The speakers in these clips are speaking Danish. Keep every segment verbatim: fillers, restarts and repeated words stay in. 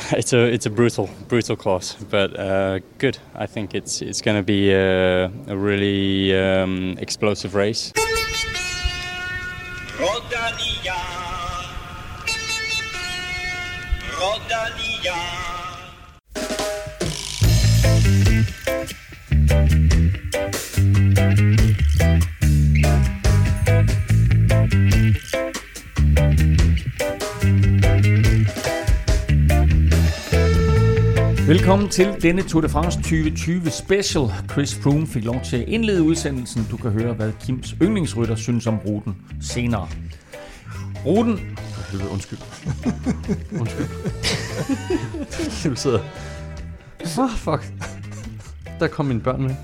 it's a it's a brutal brutal course, but uh, good. I think it's it's going to be a, a really um, explosive race. Rodania, Rodania. Velkommen til denne Tour de France tyve tyve special. Chris Froome fik lov til at indlede udsendelsen. Du kan høre, hvad Kims yndlingsrytter synes om ruten senere. Ruten... For helvede, undskyld. Undskyld. Du sidder... Oh, fuck. Der kom mine børn med.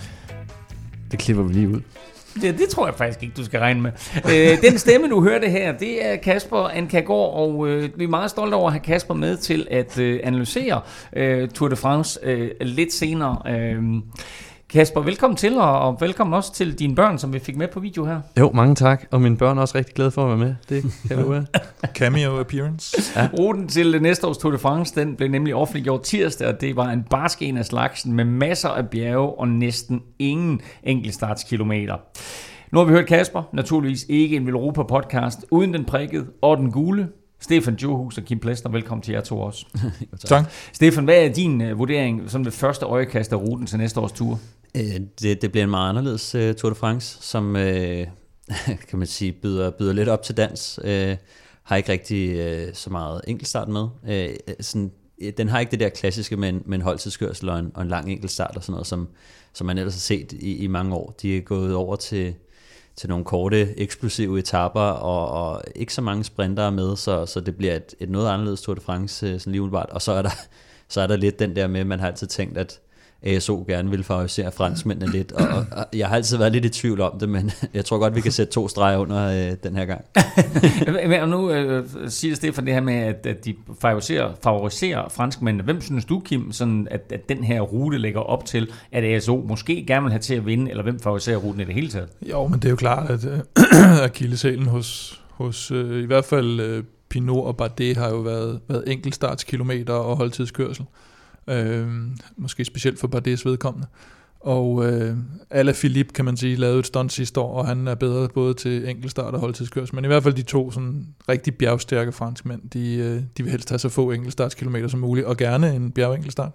Det klipper vi lige ud. Det, det tror jeg faktisk ikke, du skal regne med. Øh, den stemme, du hørte her, det er Kasper Ankagård, og øh, vi er meget stolte over at have Kasper med til at øh, analysere øh, Tour de France øh, lidt senere. Øh, Kasper, velkommen til, og, og velkommen også til dine børn, som vi fik med på video her. Jo, mange tak, og mine børn er også rigtig glade for at være med. Det kan du være. Cameo appearance. Ja. Ruten til næste års Tour de France, den blev nemlig offentliggjort tirsdag, og det var en barsk en af slagsen med masser af bjerge og næsten ingen enkeltstartskilometer. Nu har vi hørt Kasper, naturligvis ikke en Velropa-podcast, uden den prikkede og den gule. Stefan Johus og Kim Plesner, velkommen til jer to også. Tak. Stefan, hvad er din uh, vurdering som det første øjekast af ruten til næste års tur? Øh, det, det bliver en meget anderledes uh, Tour de France, som øh, kan man sige byder, byder lidt op til dans. Øh, har ikke rigtig øh, så meget enkeltstart med. Øh, sådan, den har ikke det der klassiske med en, med en holdtidskørsel og en, og en lang enkeltstart og sådan noget, som, som man ellers har set i, i mange år. De er gået over til... til nogle korte, eksplosive etaper, og, og ikke så mange sprintere med, så, så det bliver et, et noget anderledes Tour de France, sådan lige umiddelbart. Og så er, der, så er der lidt den der med, man har altid tænkt, at A S O gerne vil favorisere franskmændene lidt, og, og, og jeg har altid været lidt i tvivl om det, men jeg tror godt, vi kan sætte to streger under øh, den her gang. Og nu øh, siger Stefan det her med, at, at de favoriserer, favoriserer franskmændene. Hvem synes du, Kim, sådan at, at den her rute lægger op til, at A S O måske gerne vil have til at vinde, eller hvem favoriserer ruten i det hele taget? Jo, men det er jo klart, at øh, akilleshælen hos, hos øh, i hvert fald øh, Pinot og Bardet har jo været, været enkeltstartskilometer og holdtidskørsel. Øh, måske specielt for Bardets vedkommende. Og øh, Alaphilippe, kan man sige, lavede et stunt sidste år, og han er bedre både til enkeltstart og holdtidskørsel. Men i hvert fald de to sådan rigtig bjergstærke franskmænd, de, øh, de vil helst have så få enkeltstartskilometer som muligt, og gerne en bjergenkeltstart.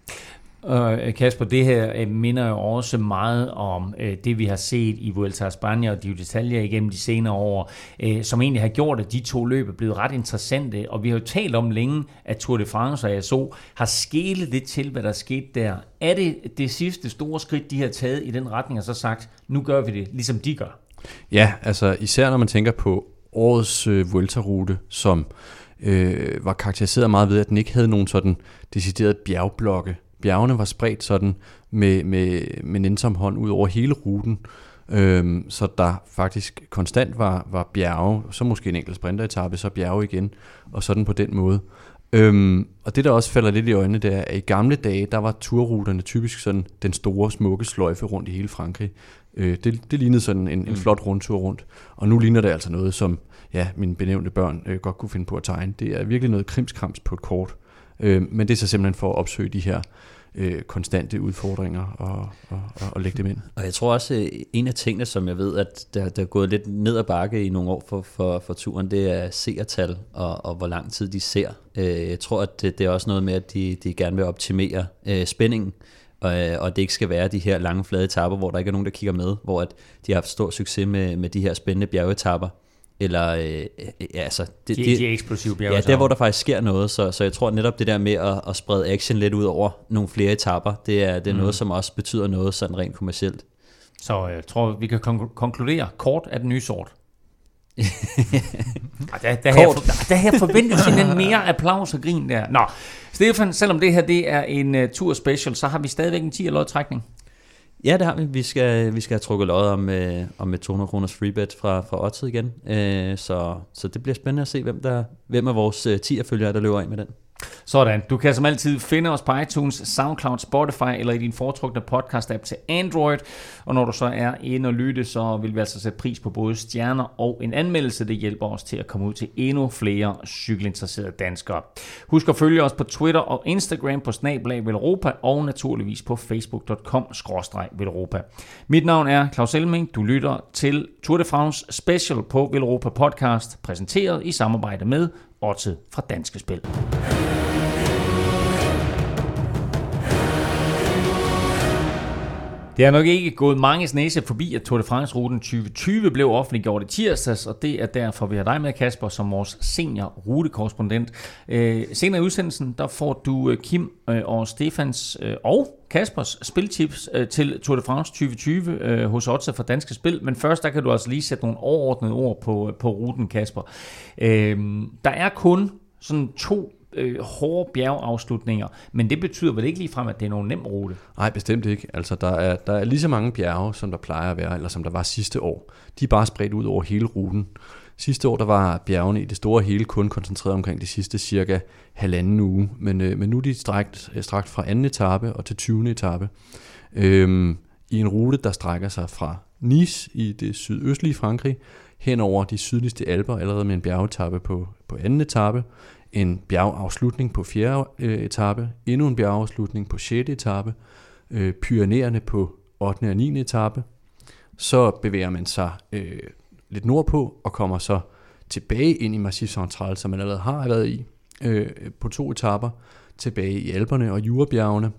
Og Kasper, det her minder jo også meget om øh, det, vi har set i Vuelta a España og de detaljer igennem de senere år, øh, som egentlig har gjort, at de to løb er blevet ret interessante. Og vi har jo talt om længe, at Tour de France og A S O har skelet lidt til, hvad der skete der. Er det det sidste store skridt, de har taget i den retning, og så sagt, nu gør vi det, ligesom de gør? Ja, altså især når man tænker på årets øh, Vuelta-rute, som øh, var karakteriseret meget ved, at den ikke havde nogen sådan decideret bjergblokke. Bjergene var spredt sådan med, med, med nænsom hånd ud over hele ruten, øhm, så der faktisk konstant var, var bjerge, så måske en enkelt sprinteretappe, så bjerge igen, og sådan på den måde. Øhm, og det der også falder lidt i øjnene, det er, at i gamle dage, der var turruterne typisk sådan den store, smukke sløjfe rundt i hele Frankrig. Øh, det, det lignede sådan en, en flot rundtur rundt, og nu ligner det altså noget, som ja, mine benævnte børn øh, godt kunne finde på at tegne. Det er virkelig noget krimskrams på et kort. Øh, men det er så simpelthen for at opsøge de her øh, konstante udfordringer og, og, og, og lægge dem ind. Og jeg tror også, en af tingene, som jeg ved, at der, der er gået lidt ned ad bakke i nogle år for, for, for turen, det er seertal og, og hvor lang tid de ser. Øh, jeg tror, at det, det er også noget med, at de, de gerne vil optimere øh, spændingen, og, og det ikke skal være de her lange, flade etapper, hvor der ikke er nogen, der kigger med, hvor at de har haft stor succes med, med de her spændende bjergetapper. Eller, øh, ja, altså... Det, de, de, de eksplosive bjerge. Ja, der hvor der faktisk sker noget, så, så jeg tror netop det der med at, at sprede action lidt ud over nogle flere etapper, det er, det er mm. noget, som også betyder noget sådan rent kommercielt. Så jeg tror, vi kan kon- konkludere, kort er den nye sort. der, der, der, her, der, der her forventes simpelthen mere applaus og grin der. Nå, Stefan, selvom det her det er en uh, tur special, så har vi stadigvæk en ti-lod-trækning. Ja, det har vi. Vi skal, vi skal have trukket lod om, øh, om et to hundrede kroners freebet fra, fra Odset igen. Øh, så, så det bliver spændende at se, hvem, der, hvem af vores øh, ti-følgere, der løber ind med den. Sådan. Du kan som altid finde os på iTunes, SoundCloud, Spotify eller i din foretrukne podcast-app til Android. Og når du så er inde og lytte, så vil vi altså sætte pris på både stjerner og en anmeldelse. Det hjælper os til at komme ud til endnu flere cykelinteresserede danskere. Husk at følge os på Twitter og Instagram på snabel-a Velropa og naturligvis på facebook punktum com skråstreg Velropa. Mit navn er Claus Elming. Du lytter til Tour de France Special på Velropa Podcast, præsenteret i samarbejde med Odds fra Danske Spil. Det er nok ikke gået manges næse forbi, at Tour de France-ruten tyve tyve blev offentliggjort i tirsdags, og det er derfor, vi har dig med, Kasper, som vores senior rutekorrespondent. Øh, senere i udsendelsen, der får du Kim øh, og Stefans øh, og Kaspers spiltips øh, til Tour de France tyve tyve øh, hos Odds for Danske Spil, men først der kan du altså lige sætte nogle overordnede ord på, på ruten, Kasper. Øh, der er kun sådan to Øh, hårde bjergeafslutninger, men det betyder vel ikke ligefrem, at det er nogen nem rute? Nej, bestemt ikke. Altså, der er, der er lige så mange bjerge, som der plejer at være, eller som der var sidste år. De er bare spredt ud over hele ruten. Sidste år, der var bjergene i det store hele kun koncentreret omkring de sidste cirka halvanden uge, men, øh, men nu er de strakt, strakt fra anden etape og til tyvende etape. Øhm, I en rute, der strækker sig fra Nice i det sydøstlige Frankrig, hen over de sydligste Alper, allerede med en bjergetappe på, på anden etape, en bjergafslutning på fjerde øh, etape, endnu en bjergafslutning på sjette etape, øh, Pyrenæerne på ottende og niende etape. Så bevæger man sig øh, lidt nordpå og kommer så tilbage ind i Massif Central, som man allerede har været i, øh, på to etaper, tilbage i Alperne og Jurabjergene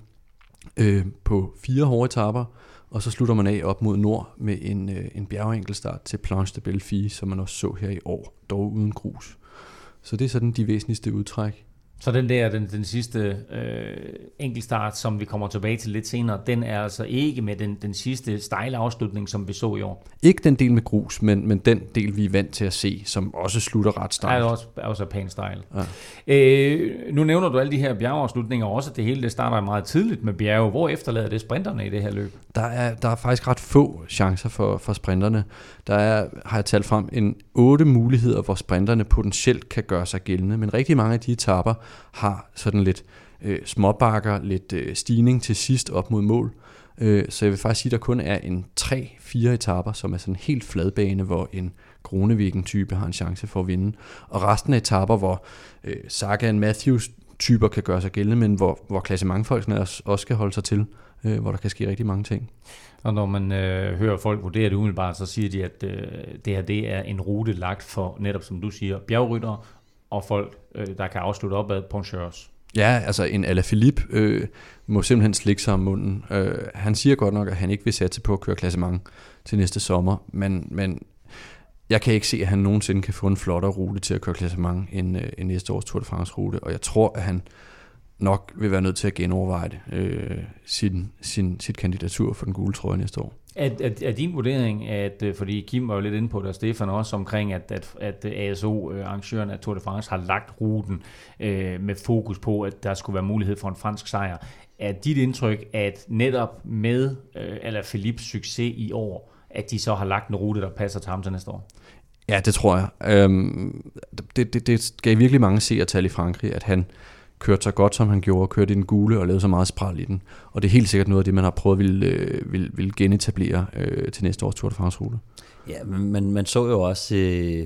øh, på fire hårde etaper, og så slutter man af op mod nord med en, øh, en bjergenkelstart til Planche de Belleville, som man også så her i år, dog uden grus. Så det er sådan de væsentligste udtræk. Så den der, den, den sidste øh, enkeltstart, som vi kommer tilbage til lidt senere, den er altså ikke med den, den sidste stejle afslutning, som vi så i år? Ikke den del med grus, men, men den del, vi er vant til at se, som også slutter ret stejlt. Det er også, også pænt stejl. Ja. Øh, nu nævner du alle de her bjergeafslutninger, og også at det hele det starter meget tidligt med bjerge. Hvor efterlader det sprinterne i det her løb? Der er, der er faktisk ret få chancer for, for sprinterne. Der er, har jeg talt frem, en otte muligheder, hvor sprinterne potentielt kan gøre sig gældende, men rigtig mange af de etaper har sådan lidt øh, småbakker, lidt øh, stigning til sidst op mod mål. Øh, så jeg vil faktisk sige, at der kun er en tre fire etaper, som er sådan en helt fladbane, hvor en Groenewegen-type har en chance for at vinde. Og resten af etaper, hvor øh, Sagan Matthews-typer kan gøre sig gældende, men hvor, hvor klassementfolkene også, også skal holde sig til, øh, hvor der kan ske rigtig mange ting. Og når man øh, hører folk vurdere det umiddelbart, så siger de, at øh, det her det er en rute lagt for, netop som du siger, bjergryttere og folk, øh, der kan afslutte op ad poncheurs. Ja, altså en Alaphilippe øh, må simpelthen slikke sig om munden. Øh, han siger godt nok, at han ikke vil satse på at køre klassement til næste sommer, men, men jeg kan ikke se, at han nogensinde kan få en flottere rute til at køre klassement end, øh, end næste års Tour de France rute, og jeg tror, at han nok vil være nødt til at genoverveje det, øh, sin, sin, sit kandidatur for den gule trøje næste år. Er, er, er din vurdering, at, fordi Kim var jo lidt inde på det, og Stefan også omkring, at, at, at A S O, arrangøren af Tour de France, har lagt ruten øh, med fokus på, at der skulle være mulighed for en fransk sejr. Er dit indtryk, at netop med øh, Alaphilippes succes i år, at de så har lagt en rute, der passer til ham til næste år? Ja, det tror jeg. Øhm, det, det, det gav virkelig mange seertal i Frankrig, at han kørte så godt, som han gjorde, kørte i den gule og lavede så meget spral i den. Og det er helt sikkert noget af det, man har prøvet at ville, ville, ville genetablere øh, til næste års Tour de France-rute. Ja, men man, man så jo også øh,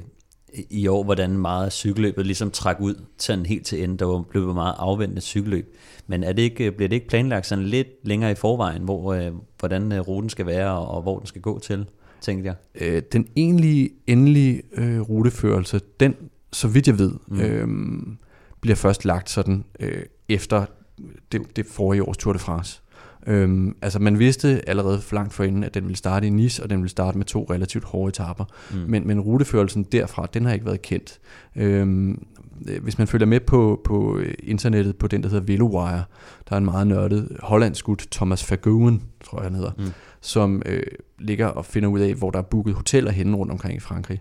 i år, hvordan meget cykelløbet ligesom trak ud sådan helt til ende. Der var blevet meget afventende cykelløb. Men er det ikke, bliver det ikke planlagt sådan lidt længere i forvejen, hvor, øh, hvordan øh, ruten skal være og, og hvor den skal gå til, tænkte jeg? Øh, den egentlige, endelige øh, ruteførelse, den, så vidt jeg ved, mm. øh, bliver først lagt sådan øh, efter det, det forrige års Tour de France. Øhm, altså man vidste allerede for langt forinden, at den ville starte i Nice, og den ville starte med to relativt hårde etaper. Mm. Men, men ruteførelsen derfra, den har ikke været kendt. Øhm, hvis man følger med på, på internettet, på den, der hedder VeloWire, der er en meget nørdet hollandsk gut, Thomas Vergoen, tror jeg han hedder, mm. som øh, ligger og finder ud af, hvor der er booket hoteller henne rundt omkring i Frankrig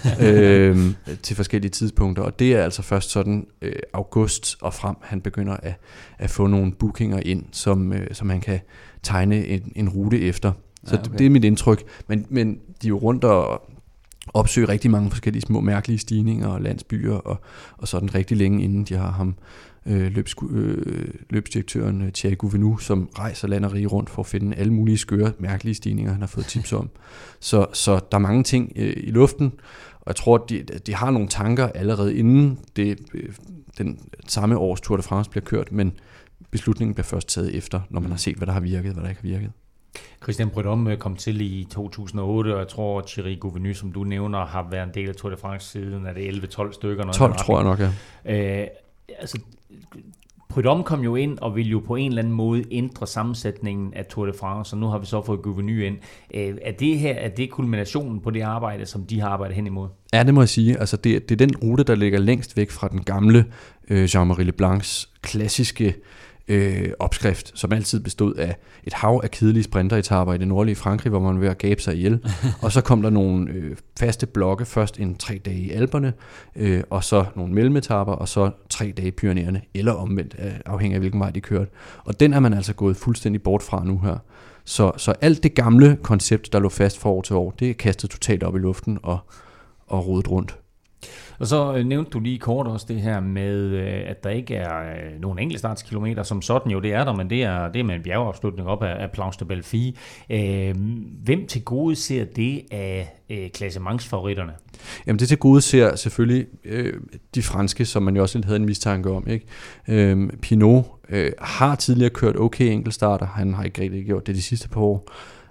øhm, til forskellige tidspunkter. Og det er altså først sådan øh, august og frem, han begynder at, at få nogle bookinger ind, som, øh, som han kan tegne en, en rute efter. Så ja, okay. det, det er mit indtryk. Men, men de er jo rundt og opsøger rigtig mange forskellige små mærkelige stigninger og landsbyer og, og sådan rigtig længe, inden de har ham øh, løbs, øh, løbsdirektøren øh, Thierry Gouvenou, som rejser land og rige rundt for at finde alle mulige skøre, mærkelige stigninger, han har fået tips om. Så, så der er mange ting øh, i luften, og jeg tror, at de, de har nogle tanker allerede inden det, øh, den samme års Tour de France bliver kørt, men beslutningen bliver først taget efter, når man har set, hvad der har virket, hvad der ikke har virket. Christian Prudhomme kom til i to tusind og otte, og jeg tror, at Thierry Gouvenou, som du nævner, har været en del af Tour de France siden, er det elleve tolv stykker? Noget tolv tror jeg nok, ja. Øh, altså, Prudhomme kom jo ind og ville jo på en eller anden måde ændre sammensætningen af Tour de France, og nu har vi så fået Gouvenou ind. Øh, er det her, er det kulminationen på det arbejde, som de har arbejdet hen imod? Ja, det må jeg sige. Altså, det, det er den rute, der ligger længst væk fra den gamle øh, Jean-Marie Leblancs klassiske Øh, opskrift, som altid bestod af et hav af kedelige sprinteretaper i det nordlige Frankrig, hvor man var ved at gabe sig ihjel. Og så kom der nogle øh, faste blokke, først en tre dage i Alperne, øh, og så nogle mellemetapper, og så tre dage i Pyrenæerne, eller omvendt, øh, afhængig af hvilken vej de kørte. Og den er man altså gået fuldstændig bort fra nu her. Så, så alt det gamle koncept, der lå fast fra år til år, det er kastet totalt op i luften og, og rodet rundt. Og så øh, nævnte du lige kort også det her med, øh, at der ikke er øh, nogen enkeltstartskilometer som sådan. Jo, det er der, men det er, det er med en bjergeafslutning op af, af Planche de Belfi. Øh, hvem til gode ser det af øh, klassementsfavoritterne? Jamen det til gode ser selvfølgelig øh, de franske, som man jo også lidt havde en mistanke om. Ikke? Øh, Pinot øh, har tidligere kørt okay enkeltstarter. Han har ikke rigtig gjort det de sidste par år.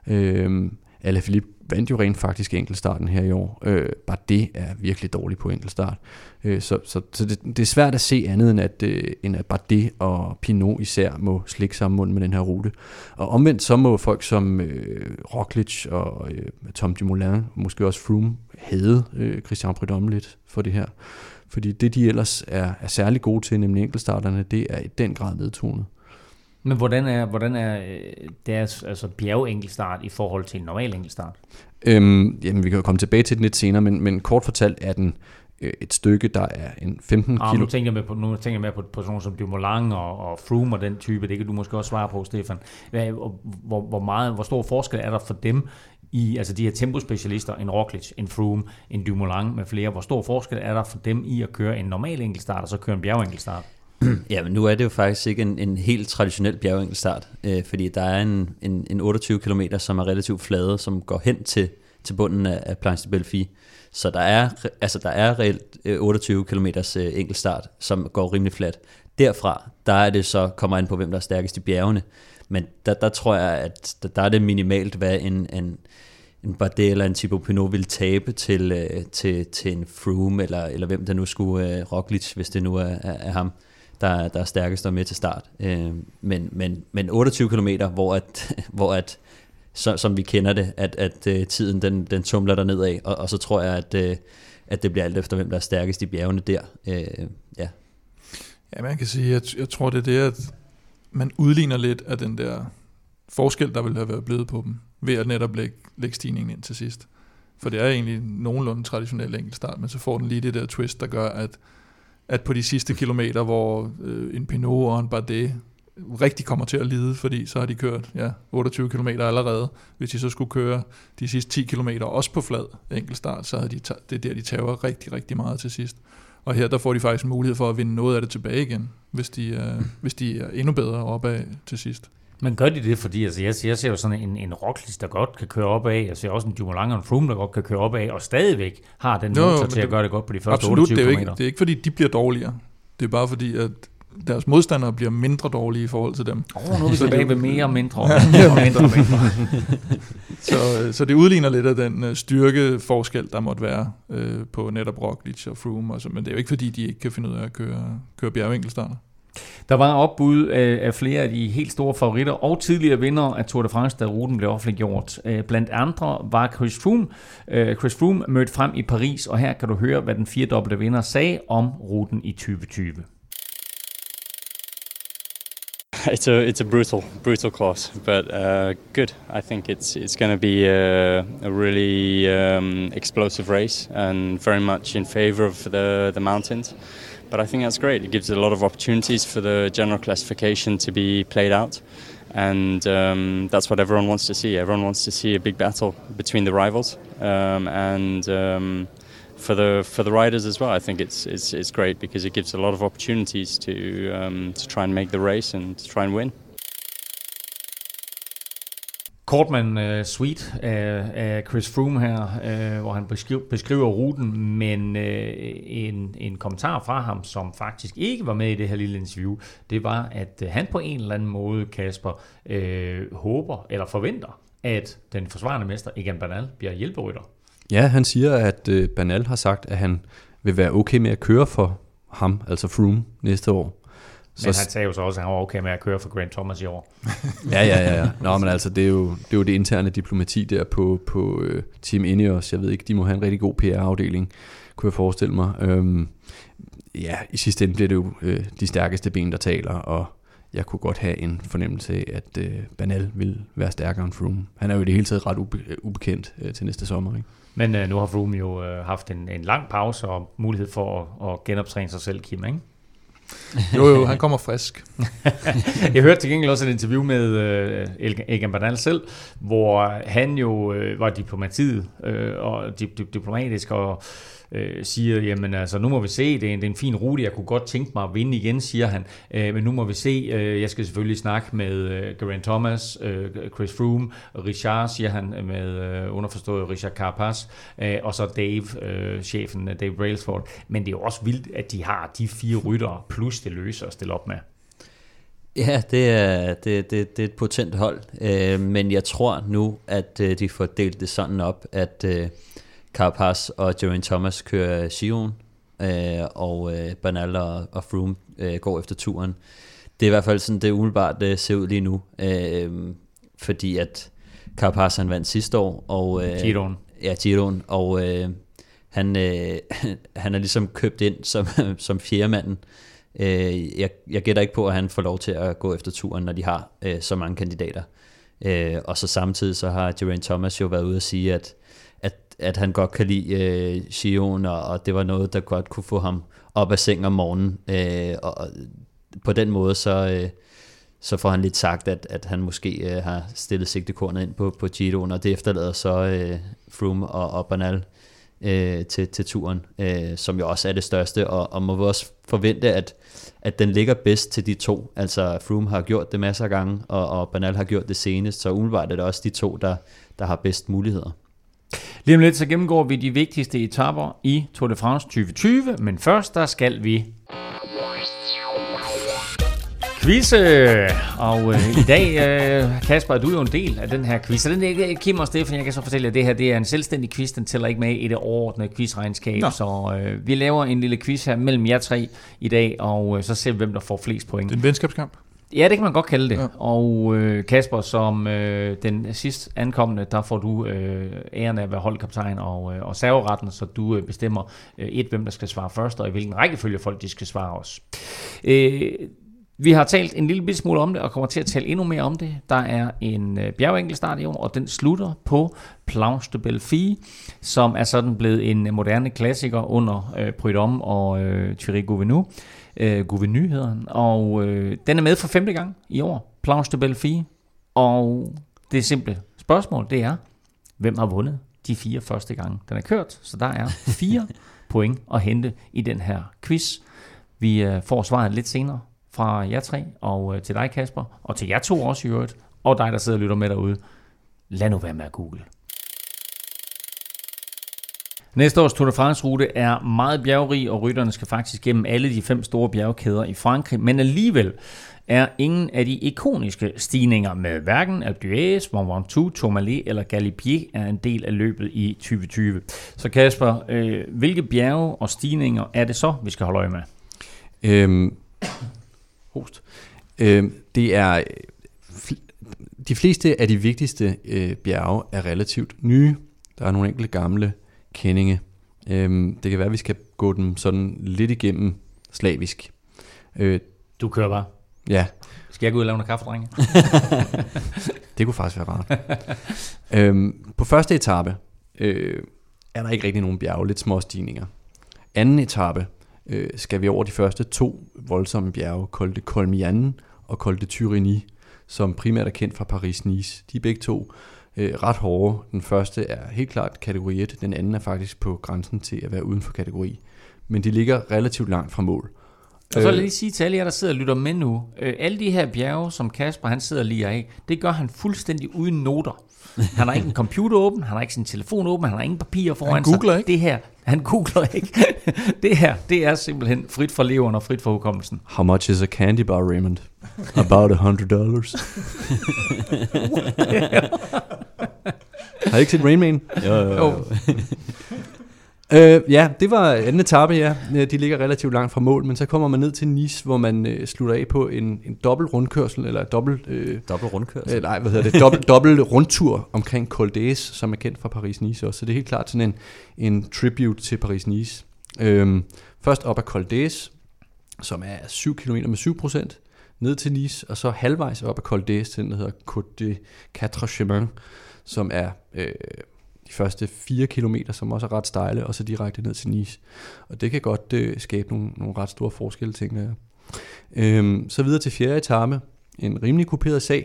Øh, Alaphilippe vandt jo rent faktisk enkeltstarten her i år. Øh, bare det er virkelig dårligt på enkeltstart. Øh, så så, så det, det er svært at se andet end at, øh, end at Bardet og Pinot især må slikke sammen mund med den her rute. Og omvendt så må folk som øh, Roglic og øh, Tom Dumoulin, måske også Froome, hade øh, Christian Prudhomme lidt for det her. Fordi det de ellers er, er særlig gode til, nemlig enkeltstarterne, det er i den grad nedtonet. Men hvordan er, hvordan er deres altså bjergenkelstart i forhold til en normal enkeltstart? Øhm, jamen, vi kan jo komme tilbage til den lidt senere, men, men kort fortalt er den øh, et stykke, der er en femten ah, kilo... Nu tænker jeg med på, nu tænker jeg med på, på sådan som Dumoulin og, og Froome og den type. Det kan du måske også svare på, Stefan. Hvor, hvor, meget, hvor stor forskel er der for dem i, altså de her tempospecialister, en Roglic, en Froome, en Dumoulin med flere? Hvor stor forskel er der for dem i at køre en normal enkeltstart og så køre en bjergenkelstart? Ja, men nu er det jo faktisk ikke en, en helt traditionel bjergenkelstart, øh, fordi der er en, en, en otteogtyve kilometer, som er relativt flade, som går hen til, til bunden af, af Planche de Belfi. Så der er, altså der er reelt øh, otteogtyve kilometers øh, enkeltstart, som går rimelig fladt. Derfra, der er det så, kommer ind på, hvem der er stærkest i bjergene. Men der, der tror jeg, at der, der er det minimalt, hvad en, en, en Bardet eller en Thibaut Pinot vil tabe til, øh, til, til en Froome, eller, eller hvem der nu skulle, øh, Roglic, hvis det nu er, er, er ham. Der, der er stærkest og med til start. Øh, men, men, men otteogtyve kilometer, hvor, at, hvor at, så, som vi kender det, at, at uh, tiden den, den tumler der nedad, og, og så tror jeg, at, uh, at det bliver alt efter, hvem der er stærkest i bjergene der. Øh, ja. ja, man kan sige, at jeg tror, det er det, at man udligner lidt af den der forskel, der ville have været blevet på dem, ved at netop lægge, lægge stigningen ind til sidst. For det er egentlig nogenlunde traditionel enkeltstart, men så får den lige det der twist, der gør, at at på de sidste kilometer, hvor øh, en Pinot og en Bardet rigtig kommer til at lide, fordi så har de kørt ja, otteogtyve kilometer allerede. Hvis de så skulle køre de sidste ti kilometer også på flad enkeltstart, så er de ta- det er der, de tager rigtig, rigtig meget til sidst. Og her der får de faktisk mulighed for at vinde noget af det tilbage igen, hvis de, øh, hvis de er endnu bedre opad til sidst. Men gør de det, fordi altså, jeg, jeg ser jo sådan en, en Roglic, der godt kan køre opad, jeg ser også en Dumoulin og en Froome, der godt kan køre opad, og stadigvæk har den motor til det, at gøre det godt på de første absolut, otteogtyve det er kilometer. Ikke, det er ikke fordi, de bliver dårligere. Det er bare fordi, at deres modstandere bliver mindre dårlige i forhold til dem. Åh, oh, nu er vi tilbage ved mere og mindre. mindre, mindre, mindre. så, så det udligner lidt af den styrkeforskel, der måtte være øh, på netop Roglic og Froome. Altså, men det er jo ikke fordi, de ikke kan finde ud af at køre, køre bjergenkeltstarter. Der var opbud af flere af de helt store favoritter og tidligere vindere af Tour de France, da ruten blev offentliggjort. Blandt andre var Chris Froome. Chris Froome mødte frem i Paris, og her kan du høre, hvad den firedobbelte vinder sagde om ruten i tyve tyve. It's a it's a brutal brutal course, but uh, good. I think it's it's going to be a, a really um, explosive race and very much in favour of the the mountains. But I think that's great. It gives a lot of opportunities for the general classification to be played out, and um, that's what everyone wants to see. Everyone wants to see a big battle between the rivals, um, and um, for the for the riders as well. I think it's it's it's great because it gives a lot of opportunities to um, to try and make the race and to try and win. Kortman uh, Sweet af, af Chris Froome her, uh, hvor han beskriver, beskriver ruten, men uh, en, en kommentar fra ham, som faktisk ikke var med i det her lille interview, det var, at uh, han på en eller anden måde, Kasper, uh, håber eller forventer, at den forsvarende mester, Egan Bernal, bliver hjælperytter. Ja, han siger, at uh, Bernal har sagt, at han vil være okay med at køre for ham, altså Froome, næste år. Men han sagde jo så også, at han var okay med at køre for Grant Thomas i år. ja, ja, ja, ja. Nå, men altså, det er jo det, er jo det interne diplomati der på, på uh, Team Ineos. Jeg ved ikke, de må have en rigtig god P R-afdeling, kunne jeg forestille mig. Øhm, ja, i sidste ende bliver det jo uh, de stærkeste ben, der taler, og jeg kunne godt have en fornemmelse af, at uh, Bernal vil være stærkere end Froome. Han er jo i det hele taget ret ube- ubekendt uh, til næste sommer, ikke? Men uh, nu har Froome jo uh, haft en, en lang pause og mulighed for at, at genoptræne sig selv, Kim, ikke? jo, jo, han kommer frisk. Jeg hørte til gengæld også et interview med øh, Egan Bernal selv, hvor han jo øh, var diplomatiet øh, og dip- dip- diplomatisk og øh, siger, jamen altså, nu må vi se, det er, en, det er en fin rute, jeg kunne godt tænke mig at vinde igen, siger han, øh, men nu må vi se, øh, jeg skal selvfølgelig snakke med øh, Geraint Thomas, øh, Chris Froome, Richard, siger han, med øh, underforstået Richard Carapaz, øh, og så Dave, øh, chefen, Dave Brailsford, men det er jo også vildt, at de har de fire ryttere, plus det løser at stille op med. Ja, det er, det, det, det er et potent hold, øh, men jeg tror nu, at øh, de får delt det sådan op, at øh, Carapaz og Geraint Thomas kører Giron, øh, og øh, Bernal og, og Froome øh, går efter turen. Det er i hvert fald sådan, det umiddelbart det ser ud lige nu, øh, fordi at Carapaz han vandt sidste år, og øh, Giron. Ja, Giron, og øh, han, øh, han er ligesom købt ind som, som fjerdemanden. Øh, jeg, jeg gætter ikke på, at han får lov til at gå efter turen, når de har øh, så mange kandidater. Øh, og så samtidig så har Geraint Thomas jo været ude at sige, at, at, at han godt kan lide øh, Giron, og, og det var noget, der godt kunne få ham op af seng om morgenen. Øh, og, og på den måde, så, øh, så får han lidt sagt, at, at han måske øh, har stillet sigtekornet ind på, på Giron, og det efterlader så øh, Froome og, og Bernal øh, til, til turen, øh, som jo også er det største, og, og må vi også forvente, at, at den ligger bedst til de to. Altså Froome har gjort det masser af gange, og, og Bernal har gjort det senest, så umiddelbart er det også de to, der, der har bedst muligheder. Lige om lidt, så gennemgår vi de vigtigste etaper i Tour de France tyve tyve, men først, der skal vi quizze, og øh, i dag, øh, Kasper, er du jo en del af den her quiz. Så den er Kim og Stefan, jeg kan så fortælle, at det her det er en selvstændig quiz, den tæller ikke med i det overordnede quizregnskab. Nå. Så øh, vi laver en lille quiz her mellem jer tre i dag, og øh, så ser vi, hvem der får flest point. Det er en venskabskamp. Ja, det kan man godt kalde det. Ja. Og øh, Kasper, som øh, den sidst ankommende, der får du øh, æren af at være holdkaptajn og, øh, og serveretten, så du øh, bestemmer øh, et, hvem der skal svare først, og i hvilken rækkefølge folk de skal svare os. Øh, Vi har talt en lille smule om det, og kommer til at tale endnu mere om det. Der er en øh, bjergenkelstart i år, og den slutter på Planche de Belfi, som er sådan blevet en moderne klassiker under øh, Prudhomme og øh, Thierry Gouvenu. Øh, Gouvenu hedder han, og øh, den er med for femte gang i år, Planche de Belfi. Og det simple spørgsmål, det er, hvem har vundet de fire første gange, den er kørt? Så der er fire point at hente i den her quiz. Vi øh, får svaret lidt senere fra jer tre, og øh, til dig, Kasper, og til jer to også i øvrigt, og dig, der sidder og lytter med derude. Lad nu være med at google. Næste års Tour de France-rute er meget bjergrig, og rytterne skal faktisk gennem alle de fem store bjergkæder i Frankrig, men alligevel er ingen af de ikoniske stigninger med hverken Alpe d'Huez, Mont Ventoux, Tourmalet eller Galibier er en del af løbet i tyve tyve. Så Kasper, øh, hvilke bjerge og stigninger er det så, vi skal holde øje med? Øhm, host. Øhm, det er de fleste af de vigtigste øh, bjerge er relativt nye. Der er nogle enkelte gamle kendinge. Øhm, det kan være, at vi skal gå dem sådan lidt igennem slavisk. Øh, du kører bare. Ja. Skal jeg gå ud og lave noget kaffe, drenge? Det kunne faktisk være rart. øhm, på første etape øh, er der ikke rigtig nogen bjerge, lidt små stigninger. Anden etape øh, skal vi over de første to voldsomme bjerge, Col de Colmiane og Col de Turini, som primært er kendt fra Paris-Nice. De er begge to øh, ret hårde. Den første er helt klart kategori et, den anden er faktisk på grænsen til at være uden for kategori. Men de ligger relativt langt fra mål. Og så vil jeg lige sige til alle jer, der sidder og lytter med nu. Øh, alle de her bjerge, som Kasper han sidder lige af, det gør han fuldstændig uden noter. Han har ikke en computer åben, han har ikke sin telefon åben, han har ingen papirer foran han googler sig. Ikke. Det her, han googler ikke. Det her, det er simpelthen frit for leveren og frit for hukommelsen. How much is a candy bar, Raymond? About a hundred dollars. Har I ikke set Rain Man? Jo, jo, jo. Øh, ja, det var anden etape, ja. De ligger relativt langt fra mål, men så kommer man ned til Nice, hvor man øh, slutter af på en, en dobbelt rundkørsel, eller dobbelt... Øh, dobbelt rundkørsel? Øh, nej, hvad hedder det? Dobbelt, dobbelt rundtur omkring Col d'Huez, som er kendt fra Paris-Nice også. Så det er helt klart sådan en, en tribute til Paris-Nice. Øh, først op ad Col d'Huez, som er syv kilometer med syv procent, ned til Nice, og så halvvejs op ad Col d'Huez til den, der hedder Côte de Quatre Chemins, som er... Øh, de første fire kilometer, som også er ret stejle, og så direkte ned til Nice. Og det kan godt øh, skabe nogle, nogle ret store forskelle, tænker jeg. Øhm, så videre til fjerde etape. En rimelig kuperet sag,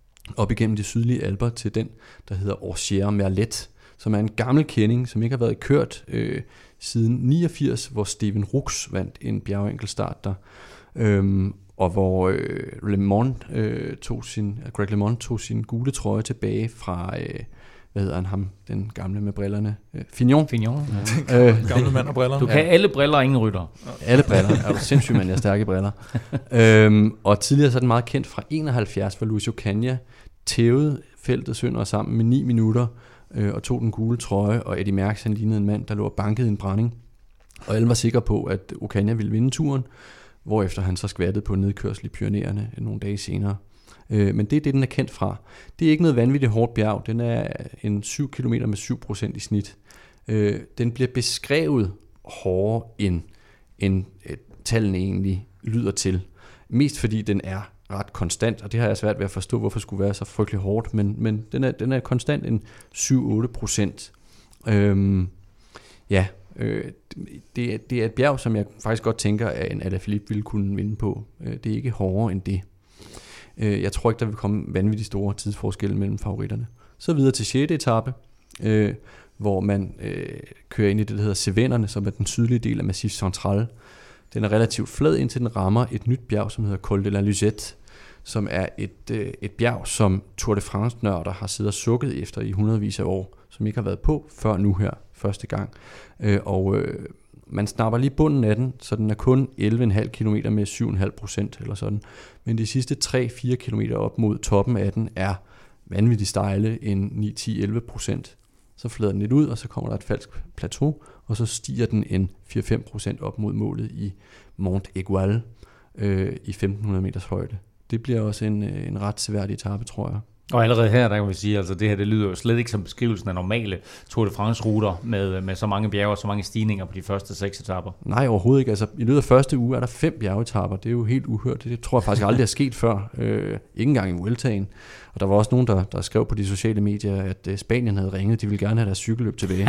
op igennem de sydlige Alper til den, der hedder Orchières Merlet, som er en gammel kending, som ikke har været kørt øh, siden niogfirs, hvor Steven Rux vandt en bjergenkeltstart der. Øhm, og hvor øh, Le Mans, øh, tog sin, Greg LeMond tog sin gule trøje tilbage fra... Øh, hvad hedder han ham, den gamle med brillerne? Øh, Fignon. Fignon. Ja. Øh, gamle mand og briller. Du kan ja. alle briller og ingen rytter. Alle briller. Er du sindssygt, mand, jeg har stærke briller. øhm, og tidligere så er den meget kendt fra enoghalvfjerds, hvor Luis Ocaña tævede feltet sønder sammen med ni minutter, øh, og tog den gule trøje, og Eddie Merckx, han lignede en mand, der lå og bankede en brænding. Og alle var sikre på, at Ocaña ville vinde turen, hvorefter han så skvattede på nedkørsel i Pyrenæerne nogle dage senere. Men det er det, den er kendt fra. Det er ikke noget vanvittigt hårdt bjerg. Den er en syv kilometer med syv procent i snit. Den bliver beskrevet hårdere, end, end tallene egentlig lyder til. Mest fordi den er ret konstant, og det har jeg svært ved at forstå, hvorfor det skulle være så frygtelig hårdt. Men, men den, er, den er konstant en syv til otte procent. Øhm, ja, øh, det, er, det er et bjerg, som jeg faktisk godt tænker, at en Alaphilippe ville kunne vinde på. Det er ikke hårdere end det. Jeg tror ikke, der vil komme vanvittigt store tidsforskelle mellem favoritterne. Så videre til sjette etape, øh, hvor man øh, kører ind i det, der hedder Cévennerne, som er den sydlige del af Massif Central. Den er relativt flad, indtil den rammer et nyt bjerg, som hedder Col de la Luzette, som er et, øh, et bjerg, som Tour de France-nørder har siddet og sukket efter i hundredvis af år, som ikke har været på før nu her første gang. Øh, og øh, man snapper lige bunden af den, så den er kun elleve komma fem kilometer med syv komma fem procent eller sådan. Men de sidste tre til fire kilometer op mod toppen af den er vanvittigt stejle, en ni til elleve procent. Så flader den lidt ud, og så kommer der et falsk plateau, og så stiger den en fire til fem procent op mod målet i Mont Aigual øh, i femten hundrede meters højde. Det bliver også en, en ret seværdig etape, tror jeg. Og allerede her, der kan vi sige, altså det her, det lyder jo slet ikke som beskrivelsen af normale Tour de France-ruter med, med så mange bjerge og så mange stigninger på de første seks etaper. Nej, overhovedet ikke. Altså, i løbet af første uge er der fem bjergetapper. Det er jo helt uhørt. Det tror jeg faktisk aldrig er sket før. Øh, ikke engang i Vueltaen. Og der var også nogen, der, der skrev på de sociale medier, at uh, Spanien havde ringet. De ville gerne have deres cykelløb tilbage.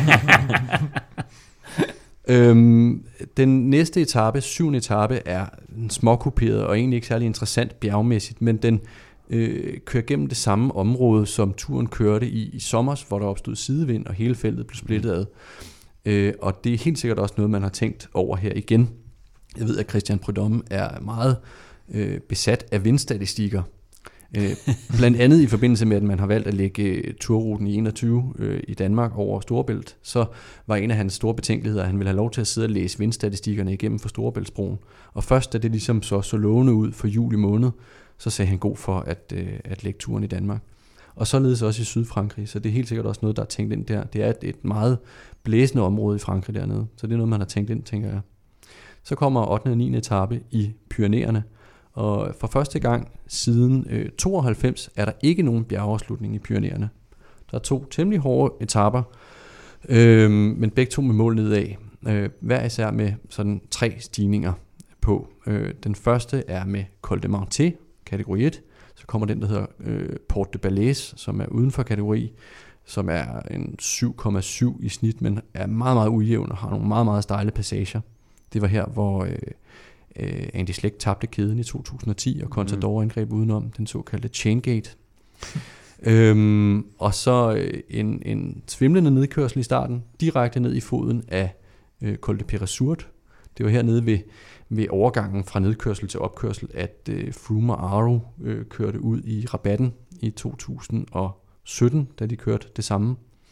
øhm, den næste etape, syvende etape, er en småkuperet og egentlig ikke særlig interessant bjergmæssigt, men den Øh, kører gennem det samme område, som turen kørte i i sommer, hvor der opstod sidevind, og hele feltet blev splittet ad. Øh, og det er helt sikkert også noget, man har tænkt over her igen. Jeg ved, at Christian Prudhomme er meget øh, besat af vindstatistikker. Øh, blandt andet i forbindelse med, at man har valgt at lægge turruten i enogtyve øh, i Danmark over Storebælt, så var en af hans store betænkeligheder, at han ville have lov til at sidde og læse vindstatistikkerne igennem for Storebæltsbroen. Og først da det ligesom så, så lovende ud for juli måned, så sagde han god for at, øh, at lægge turen i Danmark. Og således også i Sydfrankrig, så det er helt sikkert også noget, der er tænkt ind der. Det er et, et meget blæsende område i Frankrig dernede, så det er noget, man har tænkt ind, tænker jeg. Så kommer ottende og niende etape i Pyrenæerne, og for første gang siden øh, tooghalvfems er der ikke nogen bjergeafslutning i Pyrenæerne. Der er to temmelig hårde etaper, øh, men begge to med mål nedad. Øh, hver især med sådan tre stigninger på. Øh, den første er med Col de Manté, kategori et. Så kommer den, der hedder øh, Porte de Balais, som er uden for kategori, som er en syv komma syv i snit, men er meget, meget ujævn og har nogle meget, meget stejle passager. Det var her, hvor øh, øh, Andy Schleck tabte kæden i to tusind og ti, og Contador angreb udenom, den såkaldte Chain Gate. Øhm, og så en, en svimlende nedkørsel i starten, direkte ned i foden af øh, Col de Peyresourde. Det var hernede ved, ved overgangen fra nedkørsel til opkørsel, at øh, Froome og Aru øh, kørte ud i rabatten i to tusind og sytten, da de kørte det samme.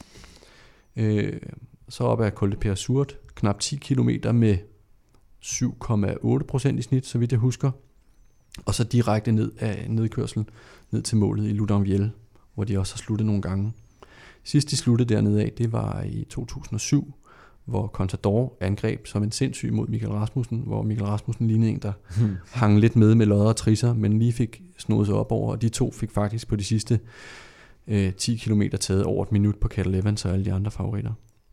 Øh, så op ad Col de Peyresourde, knap ti kilometer med syv komma otte procent i snit, så vidt jeg husker. Og så direkte ned af nedkørsel, ned til målet i Loudunvielle, hvor de også har sluttet nogle gange. Sidst de sluttede dernede af, det var i to tusind og syv, hvor Contador angreb som en sindssyg mod Michael Rasmussen, hvor Michael Rasmussen lignede en, der hmm. hang lidt med med lodder og trisser, men lige fik snodet sig op over, og de to fik faktisk på de sidste øh, ti kilometer taget over et minut på Cadel Evans og alle de andre favoritter.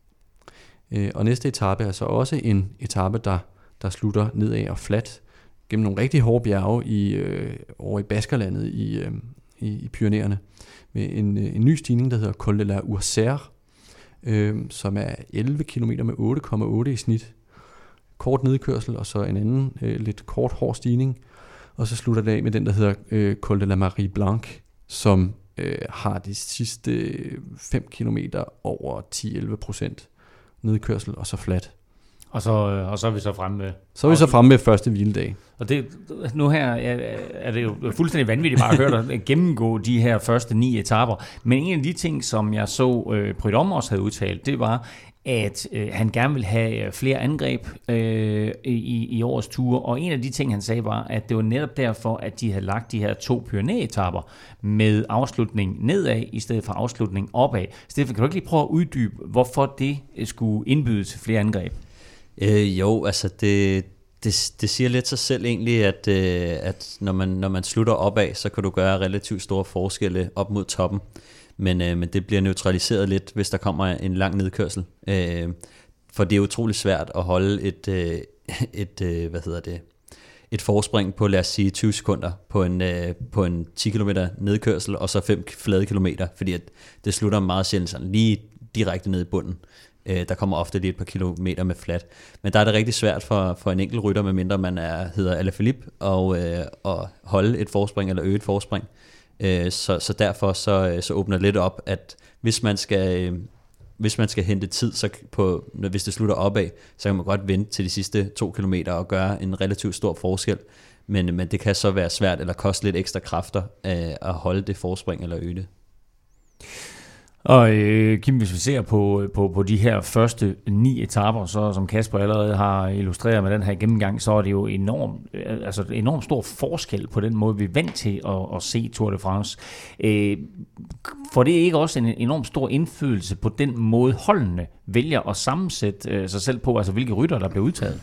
Øh, og næste etape er så også en etape, der, der slutter nedad og fladt, gennem nogle rigtig hårde bjerge i, øh, over i Baskerlandet i, øh, i, i Pyrenæerne, med en, øh, en ny stigning, der hedder Col de la Urcère, øh, som er elleve kilometer med otte komma otte i snit. Kort nedkørsel, og så en anden øh, lidt kort hård stigning, og så slutter det af med den, der hedder øh, Col de la Marie Blanque, som øh, har de sidste fem kilometer over ti til elleve procent nedkørsel, og så flat. Og så, og så er vi så fremme med... Så er vi så fremme med første hviledag. Og det, nu her er det jo fuldstændig vanvittigt bare at høre dig gennemgå de her første ni etaper. Men en af de ting, som jeg så øh, Prudhomme også havde udtalt, det var, at øh, han gerne vil have flere angreb øh, i, i årets ture. Og en af de ting, han sagde, var, at det var netop derfor, at de havde lagt de her to Pyrenæ-etaper med afslutning nedad, i stedet for afslutning opad. Steffen, kan du ikke lige prøve at uddybe, hvorfor det skulle indbyde til flere angreb? Øh, jo, altså det, det, det siger lidt sig selv egentlig, at, øh, at når, man, når man slutter opad, så kan du gøre relativt store forskelle op mod toppen. Men, øh, men det bliver neutraliseret lidt, hvis der kommer en lang nedkørsel. Øh, for det er utrolig svært at holde et, øh, et, øh, hvad hedder det, et forspring på, lad os sige, tyve sekunder på en, øh, på en ti kilometer nedkørsel, og så fem flade kilometer, fordi at det slutter meget sjældent sådan lige direkte ned i bunden. Der kommer ofte lige et par kilometer med flat. Men der er det rigtig svært for, for en enkelt rytter, medmindre man er, hedder Alaphilippe, og, øh, at holde et forspring eller øge et forspring. Øh, så, så derfor så, så åbner det lidt op, at hvis man skal, øh, hvis man skal hente tid, så på, hvis det slutter opad, så kan man godt vente til de sidste to kilometer og gøre en relativt stor forskel. Men, men det kan så være svært eller koste lidt ekstra kræfter øh, at holde det forspring eller øge det. Og øh, Kim, hvis vi ser på, på, på de her første ni etaper, så som Kasper allerede har illustreret med den her gennemgang, så er det jo enormt, altså enormt stor forskel på den måde, vi er vant til at, at se Tour de France. Øh, for det er ikke også en enormt stor indflydelse på den måde, holdene vælger at sammensætte øh, sig selv på, altså hvilke rytter, der bliver udtaget?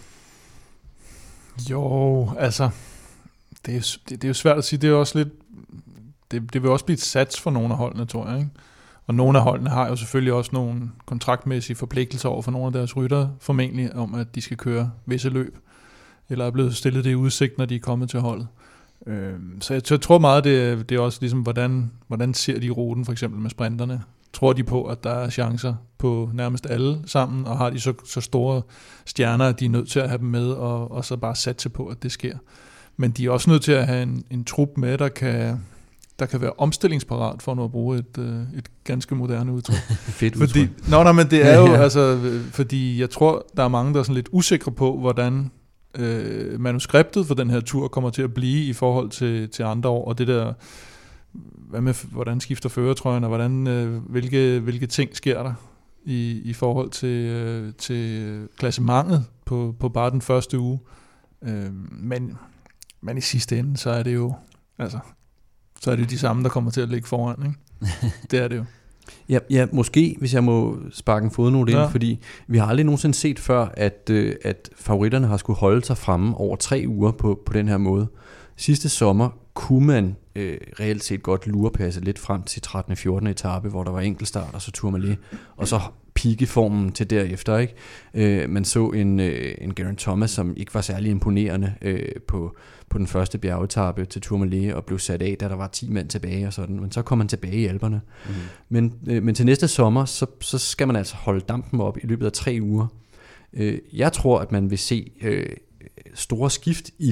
Jo, altså, det er, det, det er jo svært at sige, det er også lidt, det, det vil også blive et sats for nogle af holdene, tror jeg, ikke? Og nogle af holdene har jo selvfølgelig også nogle kontraktmæssige forpligtelser over for nogle af deres ryttere, formentlig om, at de skal køre visse løb, eller er blevet stillet det i udsigt, når de er kommet til holdet. Så jeg, så jeg tror meget, det, det er også ligesom, hvordan, hvordan ser de ruten, for eksempel med sprinterne? Tror de på, at der er chancer på nærmest alle sammen, og har de så, så store stjerner, at de er nødt til at have dem med, og, og så bare satse på, at det sker. Men de er også nødt til at have en, en trup med, der kan... der kan være omstillingsparat, for nu at bruge et, øh, et ganske moderne udtryk. Fedt udtryk. Fordi, nå, nej, men det er jo, ja, ja. altså, fordi jeg tror, der er mange, der er sådan lidt usikre på, hvordan øh, manuskriptet for den her tur kommer til at blive i forhold til, til andre år, og det der, hvad med, hvordan skifter førertrøjen, og hvordan, øh, hvilke, hvilke ting sker der i, i forhold til, øh, til klassementet på, på bare den første uge. Øh, men, men i sidste ende, så er det jo, altså, så er det de samme, der kommer til at ligge foran, ikke? Det er det jo. Ja, ja, måske, hvis jeg må sparke en fodnote ind, ja. Fordi vi har aldrig nogensinde set før, at, øh, at favoritterne har skulle holde sig fremme over tre uger på, på den her måde. Sidste sommer kunne man øh, reelt set godt lurepasse lidt frem til trettende og fjortende etape, hvor der var enkeltstart, og så Tourmalet, og så peak i formen til derefter, ikke? Øh, man så en, øh, en Geraint Thomas, som ikke var særlig imponerende øh, på, på den første bjergetape til Tourmalet, og blev sat af, da der var ti mand tilbage og sådan, men så kom man tilbage i Alperne. Mm. Men, øh, men til næste sommer, så, så skal man altså holde dampen op i løbet af tre uger. Øh, jeg tror, at man vil se øh, store skift i